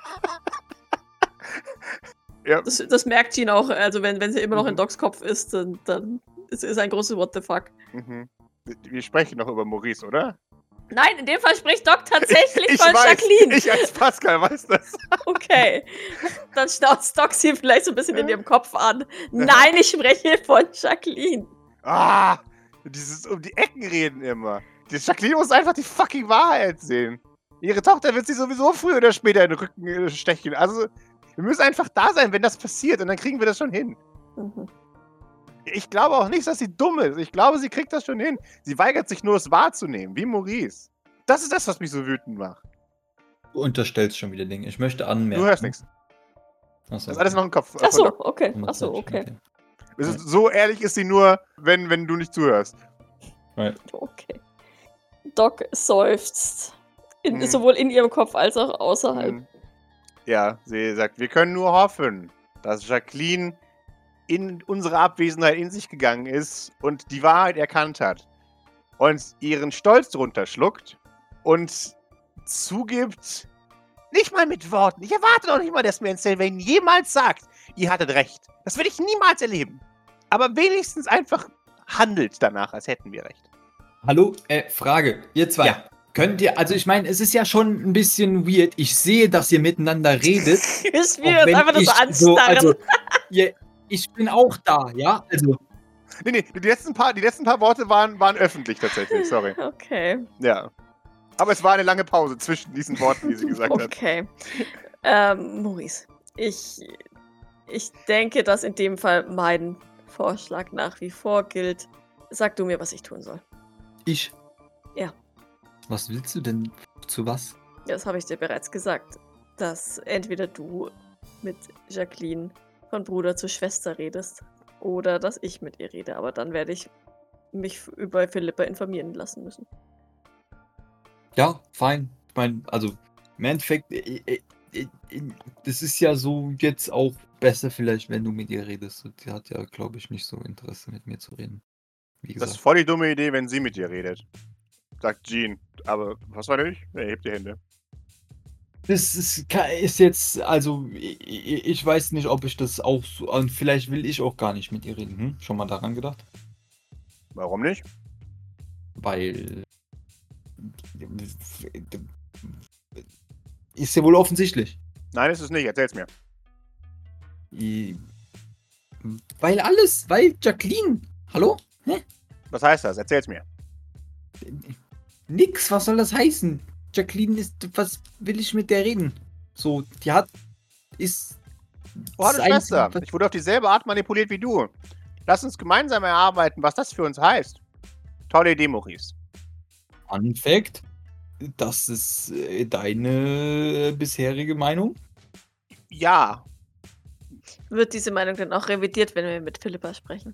Ja. Das merkt Jean auch, also wenn sie immer noch in Docs Kopf ist, dann ist es ein großes What the fuck. Mhm. Wir sprechen noch über Maurice, oder? Nein, in dem Fall spricht Doc tatsächlich Ich von weiß, Jacqueline. ich als Pascal weiß das. Okay. Dann schnauzt Doc sie vielleicht so ein bisschen in ihrem Kopf an. Nein, ich spreche von Jacqueline. Ah, dieses um die Ecken reden immer. Die Jacqueline muss einfach die fucking Wahrheit sehen. Ihre Tochter wird sie sowieso früher oder später in den Rücken stechen. Also, wir müssen einfach da sein, wenn das passiert und dann kriegen wir das schon hin. Mhm. Ich glaube auch nicht, dass sie dumm ist. Ich glaube, sie kriegt das schon hin. Sie weigert sich nur, es wahrzunehmen, wie Maurice. Das ist das, was mich so wütend macht. Du unterstellst schon wieder Dinge. Ich möchte anmerken. Du hörst nichts. Achso, Das ist alles noch im Kopf. Achso, okay. Achso, okay. Es ist, so ehrlich ist sie nur, wenn du nicht zuhörst. Okay. Doc seufzt. Sowohl in ihrem Kopf als auch außerhalb. Ja, sie sagt, wir können nur hoffen, dass Jacqueline in unserer Abwesenheit in sich gegangen ist und die Wahrheit erkannt hat. Und ihren Stolz drunter schluckt und zugibt, nicht mal mit Worten. Ich erwarte doch nicht mal, dass mir Sylvain jemals sagt, ihr hattet recht. Das will ich niemals erleben. Aber wenigstens einfach handelt danach, als hätten wir recht. Hallo, Frage. Ihr zwei. Ja. Könnt ihr, also ich meine, es ist ja schon ein bisschen weird. Ich sehe, dass ihr miteinander redet. Ist mir jetzt einfach nur so anstarren. Ich bin auch da, ja? Also. Nee, die letzten paar Worte waren öffentlich tatsächlich, sorry. Okay. Ja. Aber es war eine lange Pause zwischen diesen Worten, die sie gesagt hat. Okay. Maurice, ich denke, dass in dem Fall mein Vorschlag nach wie vor gilt. Sag du mir, was ich tun soll. Ich? Ja. Was willst du denn? Zu was? Das habe ich dir bereits gesagt. Dass entweder du mit Jacqueline von Bruder zu Schwester redest oder dass ich mit ihr rede. Aber dann werde ich mich über Philippa informieren lassen müssen. Ja, fein. Ich meine, also im Endeffekt, das ist ja so jetzt auch besser vielleicht, wenn du mit ihr redest. Sie hat ja, glaube ich, nicht so Interesse mit mir zu reden. Wie Das ist gesagt. voll die dumme Idee, wenn sie mit dir redet. Sagt Jean. Aber was war nicht? Er hebt die Hände. Das ist jetzt, also ich weiß nicht, ob ich das auch so, und vielleicht will ich auch gar nicht mit ihr reden. Schon mal daran gedacht? Warum nicht? Weil ist ja wohl offensichtlich. Nein, ist es nicht. Erzähl's mir. Weil Jacqueline, hallo? Was heißt das? Erzähl's mir. Nix, was soll das heißen? Jacqueline was will ich mit der reden? So, ist... Oh, hallo das Schwester. Einzige, Ich wurde auf dieselbe Art manipuliert wie du. Lass uns gemeinsam erarbeiten, was das für uns heißt. Tolle Idee, Maurice. Fun Fact, das ist deine bisherige Meinung? Ja. Wird diese Meinung dann auch revidiert, wenn wir mit Philippa sprechen?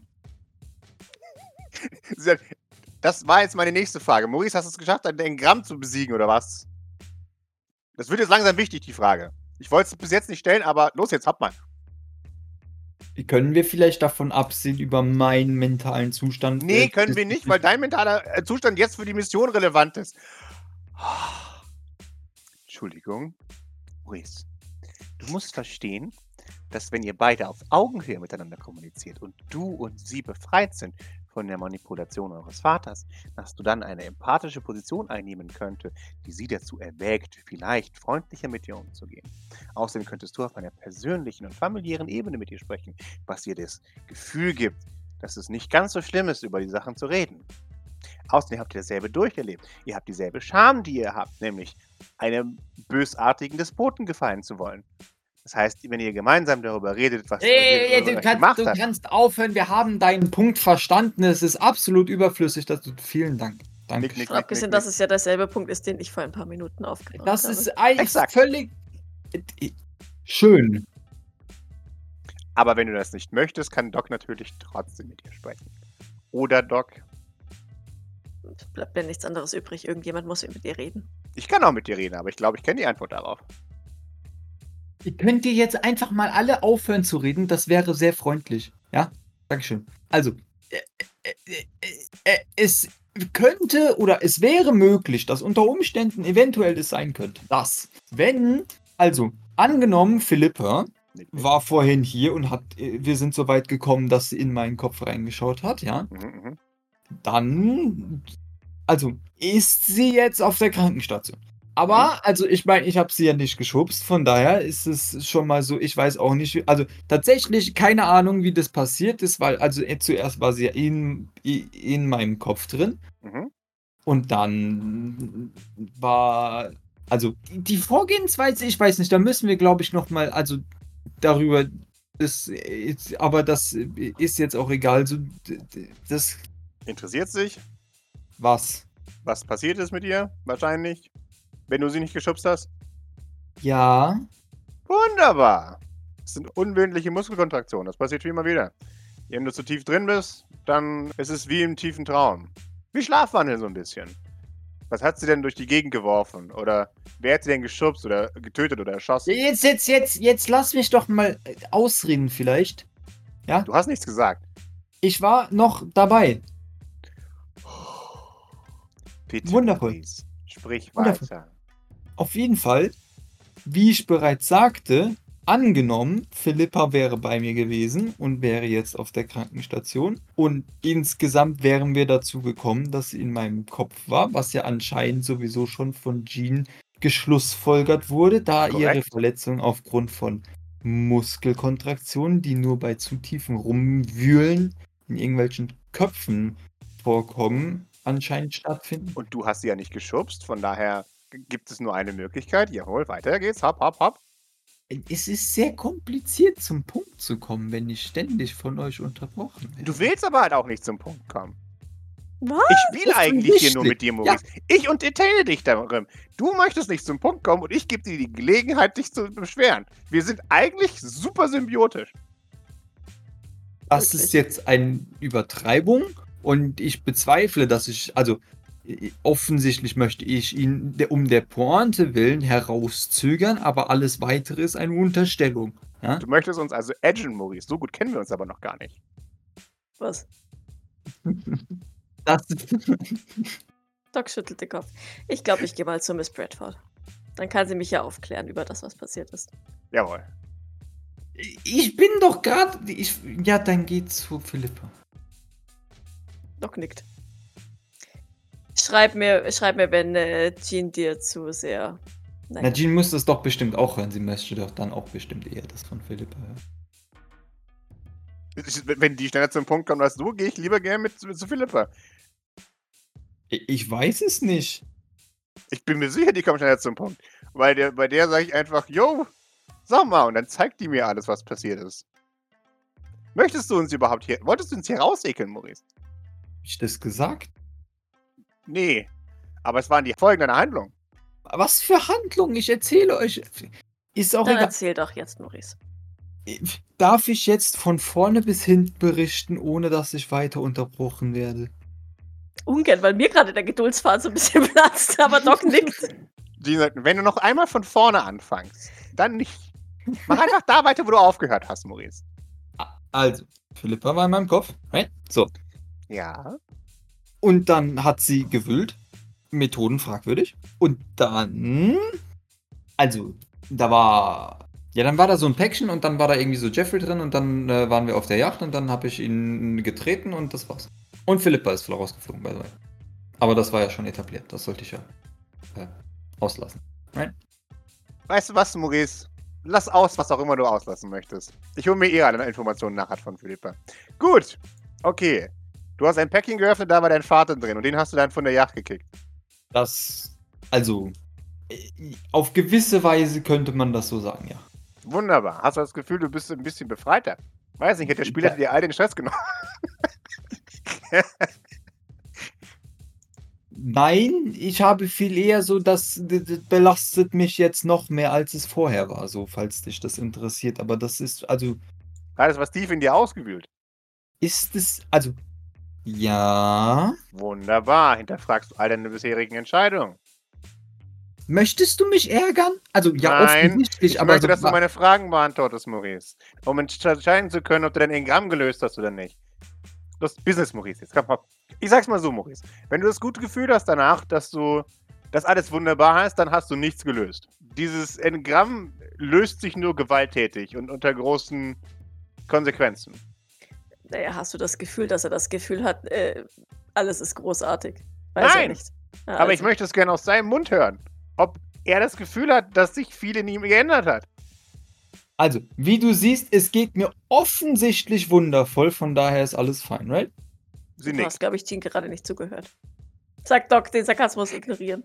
Das war jetzt meine nächste Frage. Maurice, hast du es geschafft, ein Engramm zu besiegen, oder was? Das wird jetzt langsam wichtig, die Frage. Ich wollte es bis jetzt nicht stellen, aber los jetzt, hab mal. Können wir vielleicht davon absehen, über meinen mentalen Zustand? Nee, können wir nicht, weil dein mentaler Zustand jetzt für die Mission relevant ist. Entschuldigung. Maurice, du musst verstehen, dass wenn ihr beide auf Augenhöhe miteinander kommuniziert und du und sie befreit sind von der Manipulation eures Vaters, dass du dann eine empathische Position einnehmen könnte, die sie dazu erwägt, vielleicht freundlicher mit dir umzugehen. Außerdem könntest du auf einer persönlichen und familiären Ebene mit ihr sprechen, was ihr das Gefühl gibt, dass es nicht ganz so schlimm ist, über die Sachen zu reden. Außerdem habt ihr dasselbe durcherlebt. Ihr habt dieselbe Scham, die ihr habt, nämlich einem bösartigen Despoten gefallen zu wollen. Das heißt, wenn ihr gemeinsam darüber redet, was Du kannst aufhören, wir haben deinen Punkt verstanden. Es ist absolut überflüssig. Vielen Dank. Danke. Nick. Abgesehen, dass es ja derselbe Punkt ist, den ich vor ein paar Minuten aufgebracht habe. Das ist eigentlich Exakt. völlig schön. Aber wenn du das nicht möchtest, kann Doc natürlich trotzdem mit dir sprechen. Oder Doc, Bleibt mir nichts anderes übrig. Irgendjemand muss mit dir reden. ich kann auch mit dir reden, aber ich glaube, ich kenne die Antwort darauf. Könnt ihr jetzt einfach mal alle aufhören zu reden? Das wäre sehr freundlich. Ja? Dankeschön. Also, es könnte oder es wäre möglich, dass unter Umständen eventuell es sein könnte, dass, also, angenommen, Philippa war vorhin hier und wir sind so weit gekommen, dass sie in meinen Kopf reingeschaut hat, ja? Dann, also, ist sie jetzt auf der Krankenstation. Aber, also ich meine, ich habe sie ja nicht geschubst, von daher ist es schon mal so, ich weiß auch nicht, also tatsächlich keine Ahnung, wie das passiert ist, weil, also zuerst war sie ja in meinem Kopf drin und dann war, also die Vorgehensweise, ich weiß nicht, da müssen wir, glaube ich, nochmal, also darüber, aber das ist jetzt auch egal, so, das... Interessiert sich, Was passiert ist mit ihr? Wahrscheinlich. Wenn du sie nicht geschubst hast? Ja. Wunderbar. Das sind unwillentliche Muskelkontraktionen. Das passiert wie immer wieder. Wenn du zu tief drin bist, dann ist es wie im tiefen Traum. Wie Schlafwandel so ein bisschen. Was hat sie denn durch die Gegend geworfen? Oder wer hat sie denn geschubst oder getötet oder erschossen? Jetzt lass mich doch mal ausreden vielleicht. Ja? Du hast nichts gesagt. Ich war noch dabei. Bitte, Wundervoll. Maurice, sprich Wundervoll. weiter. Auf jeden Fall, wie ich bereits sagte, angenommen, Philippa wäre bei mir gewesen und wäre jetzt auf der Krankenstation und insgesamt wären wir dazu gekommen, dass sie in meinem Kopf war, was ja anscheinend sowieso schon von Jean geschlussfolgert wurde, da ihre Korrekt. Verletzung aufgrund von Muskelkontraktionen, die nur bei zu tiefem Rumwühlen in irgendwelchen Köpfen vorkommen, anscheinend stattfinden. Und du hast sie ja nicht geschubst, von daher gibt es nur eine Möglichkeit. Jawohl, weiter geht's. Hopp, hopp, hopp. Es ist sehr kompliziert, zum Punkt zu kommen, wenn ich ständig von euch unterbrochen werde. Du willst aber halt auch nicht zum Punkt kommen. Was? Ich spiele eigentlich hier nur Offensichtlich. mit dir, Maurice. Ich entertaine dich darin. Du möchtest nicht zum Punkt kommen und ich gebe dir die Gelegenheit, dich zu beschweren. Wir sind eigentlich super symbiotisch. Das Wirklich. ist jetzt eine Übertreibung und ich bezweifle, also offensichtlich möchte ich ihn um der Pointe willen herauszögern, aber alles weitere ist eine Unterstellung. Ja? Du möchtest uns also edgen, Maurice. So gut kennen wir uns aber noch gar nicht. Was? Das, Doc schüttelt den Kopf. Ich glaube, ich gehe mal zu Miss Bradford. Dann kann sie mich ja aufklären über das, was passiert ist. Jawohl. ich bin doch gerade. Ja, dann geht's zu Philippa. Doc nickt. Schreib mir, wenn Jean dir zu sehr. Na, Jean muss das doch bestimmt auch hören. Sie möchte doch dann auch bestimmt eher das von Philippa hören. Wenn die schneller zum Punkt kommen als du, gehe ich lieber gerne mit zu Philippa. Ich weiß es nicht. Ich bin mir sicher, die kommen schneller zum Punkt. Weil bei der sage ich einfach, yo, sag mal, und dann zeigt die mir alles, was passiert ist. Wolltest du uns hier rausekeln, Maurice? Hab ich das gesagt? Nee. Aber es waren die Folgen deiner Handlung. Was für Handlung? Ich erzähle euch. Ist auch Dann egal. erzähl doch jetzt, Maurice. Darf ich jetzt von vorne bis hinten berichten, ohne dass ich weiter unterbrochen werde? Ungern, weil mir gerade der Geduldsfaden so ein bisschen platzt, aber Doc nickt. Die sagten, wenn du noch einmal von vorne anfängst, dann nicht. Mach einfach da weiter, wo du aufgehört hast, Maurice. Also, Philippa war in meinem Kopf. Right? So. Ja. Und dann hat sie gewühlt. Methoden fragwürdig. Und dann. Also, dann war da so ein Päckchen und dann war da irgendwie so Jeffrey drin und dann waren wir auf der Yacht und dann habe ich ihn getreten und das war's. Und Philippa ist rausgeflogen, by the way. Aber das war ja schon etabliert. Das sollte ich ja auslassen. Right? Weißt du was, Maurice? Lass aus, was auch immer du auslassen möchtest. Ich hole mir alle Informationen nachher von Philippa. Gut. Okay. Du hast ein Päckchen geöffnet, da war dein Vater drin und den hast du dann von der Yacht gekickt. Also, auf gewisse Weise könnte man das so sagen, ja. Wunderbar. Hast du das Gefühl, du bist ein bisschen befreiter? Weiß nicht, der Spieler hätte dir all den Stress genommen. Nein, ich habe viel eher so, das belastet mich jetzt noch mehr, als es vorher war, so, falls dich das interessiert. Aber das ist, also, Hat es was tief in dir ausgewühlt? also, ja. Wunderbar. Hinterfragst du all deine bisherigen Entscheidungen? Möchtest du mich ärgern? Also, ja, Nein, offensichtlich, ich aber möchte, so, dass du meine Fragen beantwortest, Maurice. Um entscheiden zu können, ob du dein Engramm gelöst hast oder nicht. Das ist Business, Maurice. Jetzt komm, hopp. Ich sag's mal so, Maurice. Wenn du das gute Gefühl hast danach, dass du das alles wunderbar hast, dann hast du nichts gelöst. Dieses Engramm löst sich nur gewalttätig und unter großen Konsequenzen. Naja, hast du das Gefühl, dass er das Gefühl hat, alles ist großartig? Weiß er Nein! nicht. Ja, Aber ich also, möchte es gerne aus seinem Mund hören. Ob er das Gefühl hat, dass sich viel in ihm geändert hat. also, wie du siehst, es geht mir offensichtlich wundervoll, von daher ist alles fein, right? Sie Du nickt. hast, glaube ich, Jean gerade nicht zugehört. Sagt Doc, den Sarkasmus ignorieren.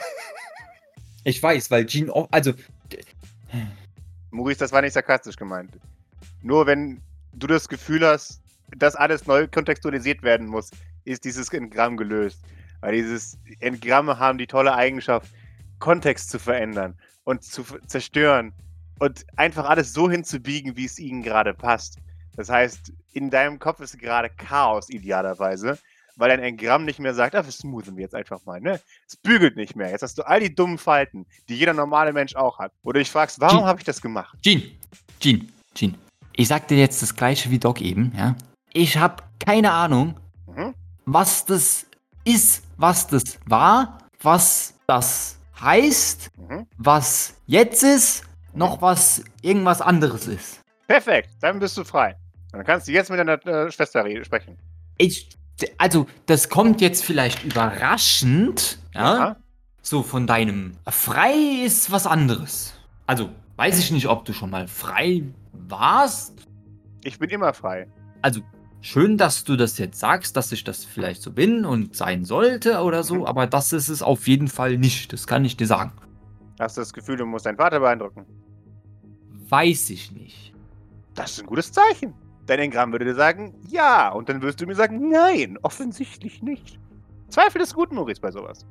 Ich weiß, weil Jean auch, also, Maurice, das war nicht sarkastisch gemeint. Nur wenn du das Gefühl hast, dass alles neu kontextualisiert werden muss, ist dieses Engramm gelöst. Weil dieses Engramme haben die tolle Eigenschaft, Kontext zu verändern und zu zerstören und einfach alles so hinzubiegen, wie es ihnen gerade passt. Das heißt, in deinem Kopf ist gerade Chaos idealerweise, weil dein Engramm nicht mehr sagt, wir smoothen wir jetzt einfach mal, ne? Es bügelt nicht mehr. Jetzt hast du all die dummen Falten, die jeder normale Mensch auch hat. Oder dich fragst, warum habe ich das gemacht? Jean. Ich sag dir jetzt das gleiche wie Doc eben, ja? Ich habe keine Ahnung, was das ist, was das war, was das heißt, was jetzt ist, noch was irgendwas anderes ist. Perfekt, dann bist du frei. Dann kannst du jetzt mit deiner Schwester sprechen. Also, das kommt jetzt vielleicht überraschend, ja? Ja. So von deinem frei ist was anderes. Also, weiß ich nicht, ob du schon mal frei warst. Ich bin immer frei. Also, schön, dass du das jetzt sagst, dass ich das vielleicht so bin und sein sollte oder so, aber das ist es auf jeden Fall nicht. Das kann ich dir sagen. Hast du das Gefühl, du musst deinen Vater beeindrucken? Weiß ich nicht. Das ist ein gutes Zeichen. Dein Engramm würde dir sagen, ja. Und dann wirst du mir sagen, nein, offensichtlich nicht. Zweifel ist gut, Maurice, bei sowas.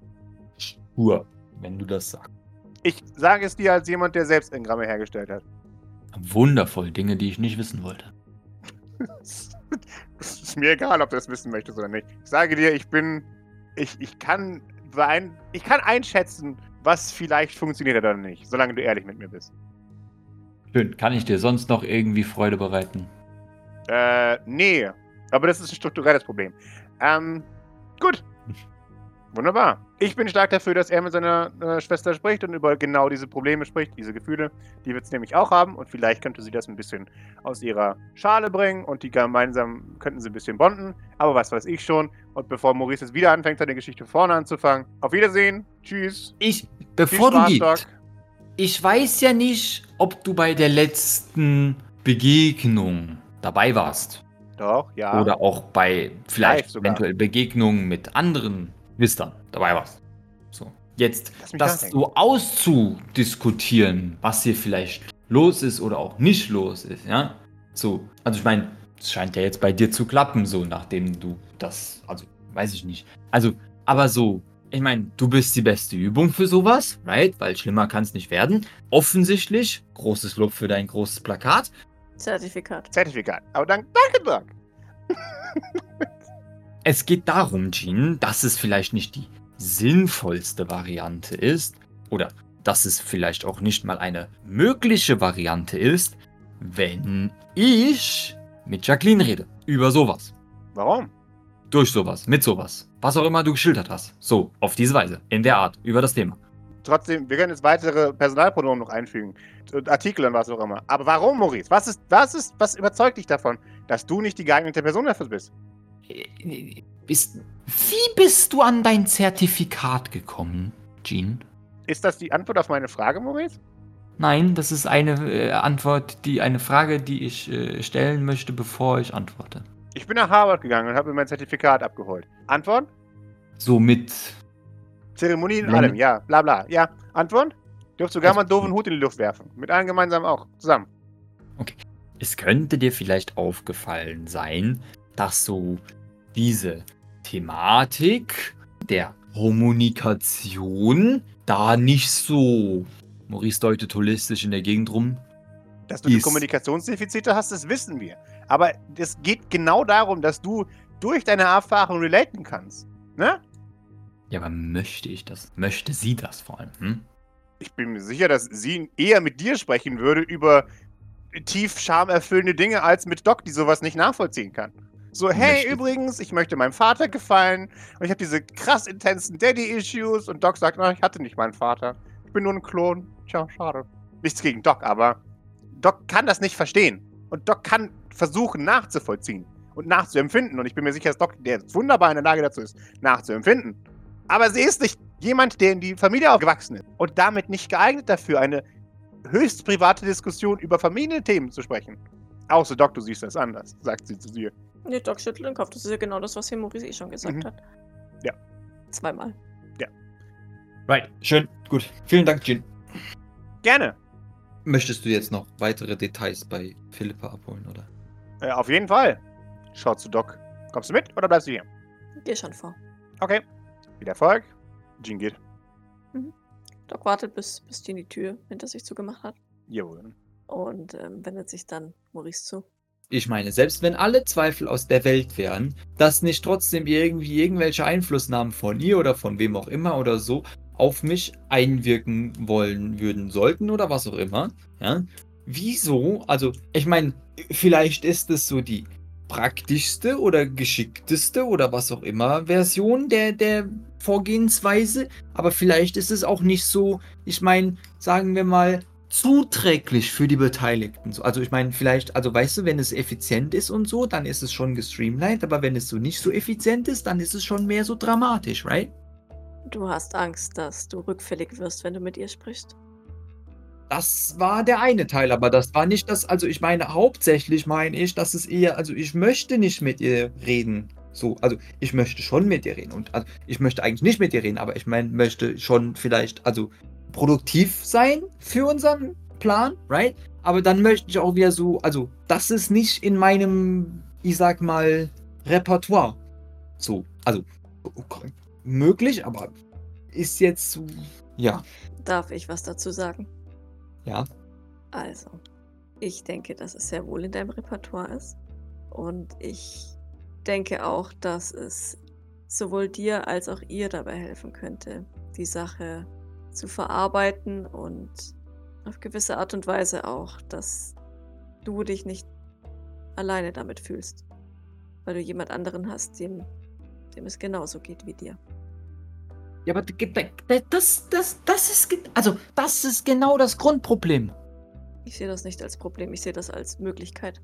Spur, wenn du das sagst. Ich sage es dir als jemand, der selbst Engramme hergestellt hat. Wundervoll, Dinge, die ich nicht wissen wollte. Es ist mir egal, ob du das wissen möchtest oder nicht. Ich sage dir, ich kann einschätzen, was vielleicht funktioniert oder nicht, solange du ehrlich mit mir bist. Schön. Kann ich dir sonst noch irgendwie Freude bereiten? Nee. Aber das ist ein strukturelles Problem. Gut. Wunderbar. Ich bin stark dafür, dass er mit seiner Schwester spricht und über genau diese Probleme spricht, diese Gefühle. Die wird es nämlich auch haben und vielleicht könnte sie das ein bisschen aus ihrer Schale bringen und die gemeinsam könnten sie ein bisschen bonden. Aber was weiß ich schon. Und bevor Maurice jetzt wieder anfängt, seine Geschichte vorne anzufangen. Auf Wiedersehen. Tschüss. Bevor Viel du Spaß, Doc. gehst, ich weiß ja nicht, ob du bei der letzten Begegnung dabei warst. Doch, ja. Oder auch bei vielleicht Live sogar. eventuell Begegnungen mit anderen Geschwistern dabei warst. So. Jetzt Lass mich das nachdenken. so auszudiskutieren, was hier vielleicht los ist oder auch nicht los ist, ja? So, also ich meine, es scheint ja jetzt bei dir zu klappen, so nachdem du das, also weiß ich nicht. Also, aber so, ich meine, du bist die beste Übung für sowas, right? Weil schlimmer kann es nicht werden. Offensichtlich, großes Lob für dein großes Plakat. Zertifikat. Zertifikat. Aber danke, Doc. Es geht darum, Jean, dass es vielleicht nicht die sinnvollste Variante ist oder dass es vielleicht auch nicht mal eine mögliche Variante ist, wenn ich mit Jacqueline rede. Über sowas. Warum? Durch sowas. Mit sowas. Was auch immer du geschildert hast. So, auf diese Weise. In der Art. Über das Thema. Trotzdem, wir können jetzt weitere Personalpronomen noch einfügen. Und Artikel und was auch immer. Aber warum, Maurice? Was überzeugt dich davon, dass du nicht die geeignete Person dafür bist? Wie bist du an dein Zertifikat gekommen, Jean? Ist das die Antwort auf meine Frage, Maurice? Nein, das ist eine eine Frage, die ich stellen möchte, bevor ich antworte. Ich bin nach Harvard gegangen und habe mir mein Zertifikat abgeholt. Antwort? So mit. Zeremonie und Wenn- allem, ja, bla bla. Ja, Antwort? Dürft sogar Also- mal einen doofen Hut in die Luft werfen. Mit allen gemeinsam auch. Zusammen. Es könnte dir vielleicht aufgefallen sein, dass so diese Thematik der Kommunikation da nicht so, Maurice deutet holistisch in der Gegend rum. Dass du Ist- Kommunikationsdefizite hast, das wissen wir. Aber es geht genau darum, dass du durch deine Erfahrung relaten kannst. Ne? Ja, aber möchte ich das? Möchte sie das vor allem? Hm? Ich bin mir sicher, dass sie eher mit dir sprechen würde über tief schamerfüllende Dinge als mit Doc, die sowas nicht nachvollziehen kann. So, hey, Möchte. übrigens, ich möchte meinem Vater gefallen und ich habe diese krass intensen Daddy-Issues und Doc sagt, ich hatte nicht meinen Vater. Ich bin nur ein Klon. Tja, schade. Nichts gegen Doc, aber Doc kann das nicht verstehen. Und Doc kann versuchen nachzuvollziehen und nachzuempfinden. Und ich bin mir sicher, dass Doc, der wunderbar in der Lage dazu ist, nachzuempfinden. Aber sie ist nicht jemand, der in die Familie aufgewachsen ist und damit nicht geeignet dafür, eine höchst private Diskussion über Familienthemen zu sprechen. Außer Doc, du siehst das anders, sagt sie zu dir. Nee, Doc schüttelt den Kopf. Das ist ja genau das, was hier Maurice eh schon gesagt Mhm. hat. Ja. Zweimal. Right, schön, gut. Vielen Dank, Jean. Gerne. Möchtest du jetzt noch weitere Details bei Philippa abholen, oder? Auf jeden Fall. Schaut zu Doc. Kommst du mit oder bleibst du hier? Geh schon vor. Okay. Viel Erfolg. Jean geht. Doc wartet, bis Jean die Tür hinter sich zugemacht hat. Jawohl. Und wendet sich dann Maurice zu. Ich meine, selbst wenn alle Zweifel aus der Welt wären, dass nicht trotzdem irgendwie irgendwelche Einflussnahmen von ihr oder von wem auch immer oder so auf mich einwirken wollen würden sollten oder was auch immer, ja, wieso, also ich meine, vielleicht ist es so die praktischste oder geschickteste oder was auch immer Version der Vorgehensweise, aber vielleicht ist es auch nicht so, ich meine, sagen wir mal, zuträglich für die Beteiligten. Also ich meine, vielleicht, also weißt du, wenn es effizient ist und so, dann ist es schon gestreamlined, aber wenn es so nicht so effizient ist, dann ist es schon mehr so dramatisch, right? Du hast Angst, dass du rückfällig wirst, wenn du mit ihr sprichst. Das war der eine Teil, aber das war nicht das, also ich meine, hauptsächlich meine ich, dass es eher, also ich möchte nicht mit ihr reden. So, also ich möchte schon mit ihr reden und also ich möchte eigentlich nicht mit ihr reden, aber ich meine, möchte schon vielleicht, also produktiv sein für unseren Plan, right? Aber dann möchte ich auch wieder so, also das ist nicht in meinem, ich sag mal, Repertoire. So, also okay, möglich, aber ist jetzt so, ja, Darf ich was dazu sagen? ja. Also, ich denke, dass es sehr wohl in deinem Repertoire ist. Und ich denke auch, dass es sowohl dir als auch ihr dabei helfen könnte, die Sache zu verarbeiten und auf gewisse Art und Weise auch, dass du dich nicht alleine damit fühlst, weil du jemand anderen hast, dem es genauso geht wie dir. Ja, aber das ist genau das Grundproblem. Ich sehe das nicht als Problem, ich sehe das als Möglichkeit.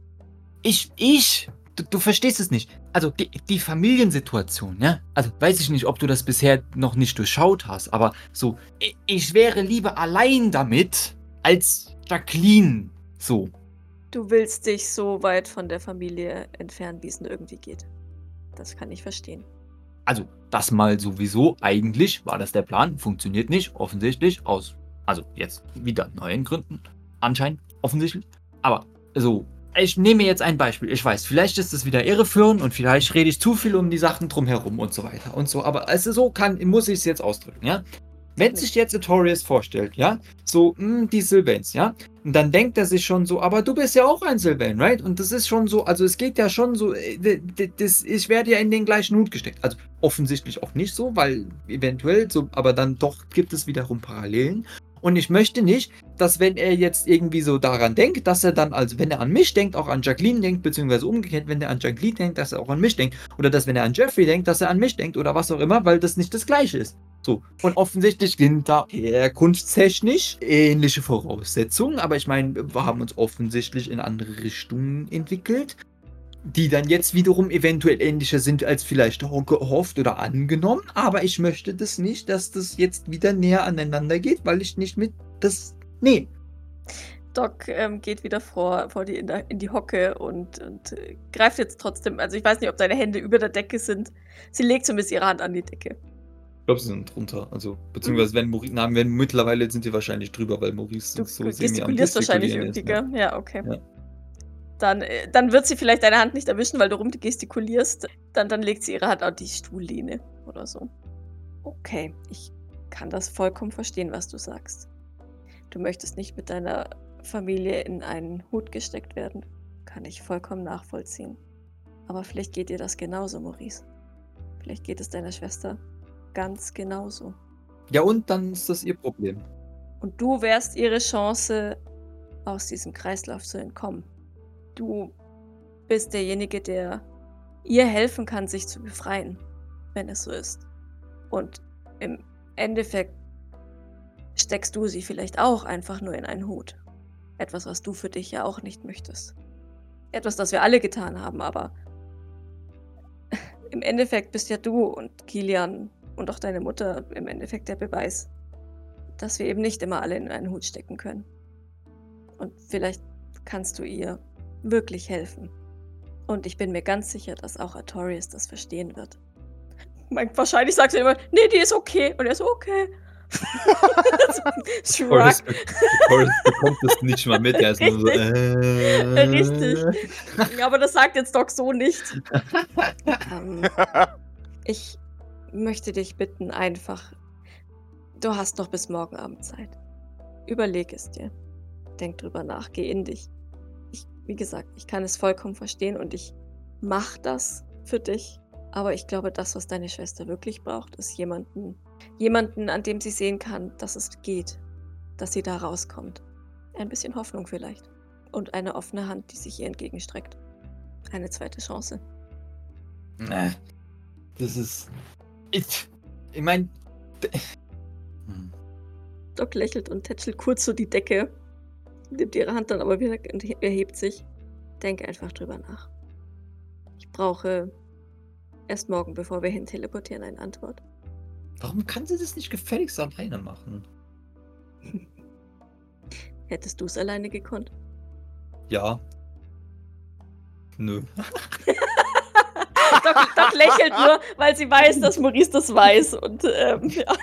Du verstehst es nicht. Also die Familiensituation, ja? Also weiß ich nicht, ob du das bisher noch nicht durchschaut hast, aber so, ich wäre lieber allein damit, als Jacqueline so. Du willst dich so weit von der Familie entfernen, wie es nur irgendwie geht. Das kann ich verstehen. Also das mal sowieso, eigentlich war das der Plan, funktioniert nicht, offensichtlich, also jetzt wieder neuen Gründen, anscheinend, offensichtlich. Aber so, ich nehme jetzt ein Beispiel, ich weiß, vielleicht ist es wieder irreführend und vielleicht rede ich zu viel um die Sachen drumherum und so weiter und so, aber also so muss ich es jetzt ausdrücken, ja? Wenn sich jetzt Artorias vorstellt, ja, so, die Sylvains, ja, und dann denkt er sich schon so, aber du bist ja auch ein Sylvain, right? Und das ist schon so, also es geht ja schon so, ich werde ja in den gleichen Hut gesteckt. Also offensichtlich auch nicht so, weil eventuell so, aber dann doch gibt es wiederum Parallelen. Und ich möchte nicht, dass wenn er jetzt irgendwie so daran denkt, dass er dann, also wenn er an mich denkt, auch an Jacqueline denkt, beziehungsweise umgekehrt, wenn er an Jacqueline denkt, dass er auch an mich denkt. Oder dass wenn er an Jeffrey denkt, dass er an mich denkt oder was auch immer, weil das nicht das Gleiche ist. So, und offensichtlich sind da herkunftstechnisch ähnliche Voraussetzungen, aber ich meine, wir haben uns offensichtlich in andere Richtungen entwickelt, die dann jetzt wiederum eventuell ähnlicher sind als vielleicht gehofft oder angenommen, aber ich möchte das nicht, dass das jetzt wieder näher aneinander geht, weil ich nicht mit das... Nee. Doc geht wieder vor dir in die Hocke und greift jetzt trotzdem, also ich weiß nicht, ob deine Hände über der Decke sind. Sie legt zumindest ihre Hand an die Decke. Ich glaube, sie sind drunter. Also, beziehungsweise wenn mittlerweile sind sie wahrscheinlich drüber, weil Maurice Du so gestikulierst wahrscheinlich irgendwie, ist, gell? Ja, okay. Ja. Dann wird sie vielleicht deine Hand nicht erwischen, weil du rumgestikulierst. Dann legt sie ihre Hand auf die Stuhllehne oder so. Okay, ich kann das vollkommen verstehen, was du sagst. Du möchtest nicht mit deiner Familie in einen Hut gesteckt werden. Kann ich vollkommen nachvollziehen. Aber vielleicht geht dir das genauso, Maurice. Vielleicht geht es deiner Schwester ganz genauso. Ja, und dann ist das ihr Problem. Und du wärst ihre Chance, aus diesem Kreislauf zu entkommen. Du bist derjenige, der ihr helfen kann, sich zu befreien, wenn es so ist. Und im Endeffekt steckst du sie vielleicht auch einfach nur in einen Hut. Etwas, was du für dich ja auch nicht möchtest. Etwas, das wir alle getan haben, aber im Endeffekt bist ja du und Kilian und auch deine Mutter im Endeffekt der Beweis, dass wir eben nicht immer alle in einen Hut stecken können. Und vielleicht kannst du ihr wirklich helfen. Und ich bin mir ganz sicher, dass auch Artorias das verstehen wird. Wahrscheinlich sagt sie immer, nee, die ist okay. Und er ist okay. Horace bekommt das nicht mal mit. Er ist nur so, Richtig. Ja, aber das sagt jetzt Doc so nicht. Ich möchte dich bitten, einfach, du hast noch bis morgen Abend Zeit. Überleg es dir. Denk drüber nach, geh in dich. Wie gesagt, ich kann es vollkommen verstehen und ich mache das für dich. Aber ich glaube, das, was deine Schwester wirklich braucht, ist jemanden, an dem sie sehen kann, dass es geht, dass sie da rauskommt. Ein bisschen Hoffnung vielleicht. Und eine offene Hand, die sich ihr entgegenstreckt. Eine zweite Chance. Das ist... Ich meine... Doc lächelt und tätschelt kurz so die Decke. Nimmt ihre Hand dann aber wieder und erhebt sich. Denk einfach drüber nach. Ich brauche erst morgen, bevor wir hin teleportieren, eine Antwort. Warum kann sie das nicht gefälligst alleine machen? Hättest du es alleine gekonnt? Ja. Nö. Doc lächelt nur, weil sie weiß, dass Maurice das weiß. Und ja.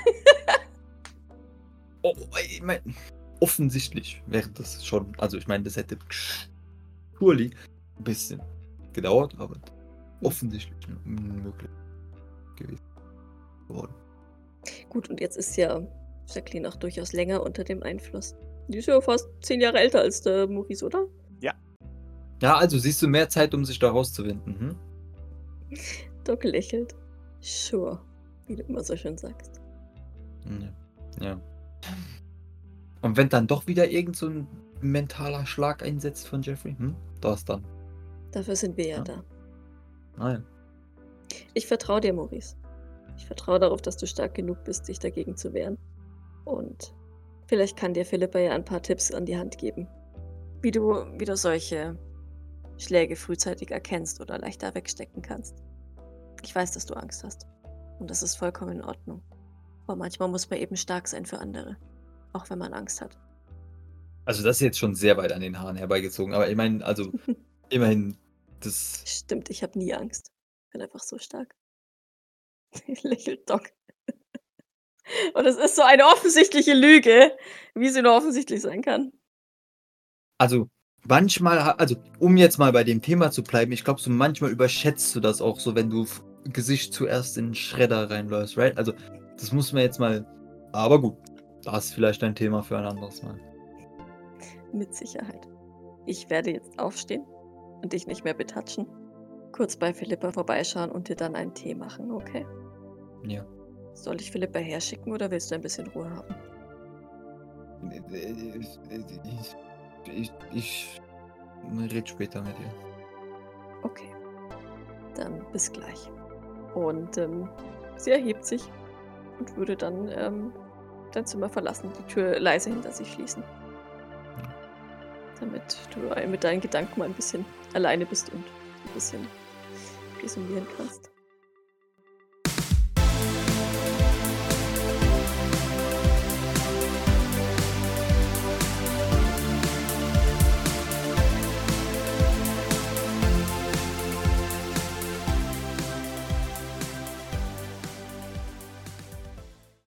Oh, ich mein, offensichtlich wäre das schon, also ich meine, das hätte surely ein bisschen gedauert, aber offensichtlich möglich gewesen geworden. Gut, und jetzt ist ja Jacqueline auch durchaus länger unter dem Einfluss. Die ist ja fast 10 Jahre älter als der Maurice, oder? Ja. Ja, also siehst du mehr Zeit, um sich da rauszuwinden. Hm? Doc lächelt. Sure, wie du immer so schön sagst. Ja. Und wenn dann doch wieder irgend so ein mentaler Schlag einsetzt von Jeffrey, das dann. Dafür sind wir ja Ja. da. Ja. Ich vertraue dir, Maurice. Ich vertraue darauf, dass du stark genug bist, dich dagegen zu wehren. Und vielleicht kann dir Philippa ja ein paar Tipps an die Hand geben, wie du solche Schläge frühzeitig erkennst oder leichter wegstecken kannst. Ich weiß, dass du Angst hast. Und das ist vollkommen in Ordnung. Aber manchmal muss man eben stark sein für andere. Auch wenn man Angst hat. Also das ist jetzt schon sehr weit an den Haaren herbeigezogen. Aber ich meine, also immerhin, das... Stimmt, ich habe nie Angst. Bin einfach so stark. Lächelt Doc. Und es ist so eine offensichtliche Lüge, wie sie nur offensichtlich sein kann. Also manchmal, also um jetzt mal bei dem Thema zu bleiben, ich glaube, so manchmal überschätzt du das auch so, wenn du Gesicht zuerst in den Schredder reinläufst, right? Also das muss man jetzt mal, aber gut, das ist vielleicht ein Thema für ein anderes Mal. Mit Sicherheit. Ich werde jetzt aufstehen und dich nicht mehr betatschen. Kurz bei Philippa vorbeischauen und dir dann einen Tee machen, okay? Ja. Soll ich Philippa herschicken oder willst du ein bisschen Ruhe haben? Ich rede später mit dir. Okay. Dann bis gleich. Und sie erhebt sich und würde dann dein Zimmer verlassen, die Tür leise hinter sich schließen. Damit du mit deinen Gedanken mal ein bisschen alleine bist und ein bisschen resümieren kannst.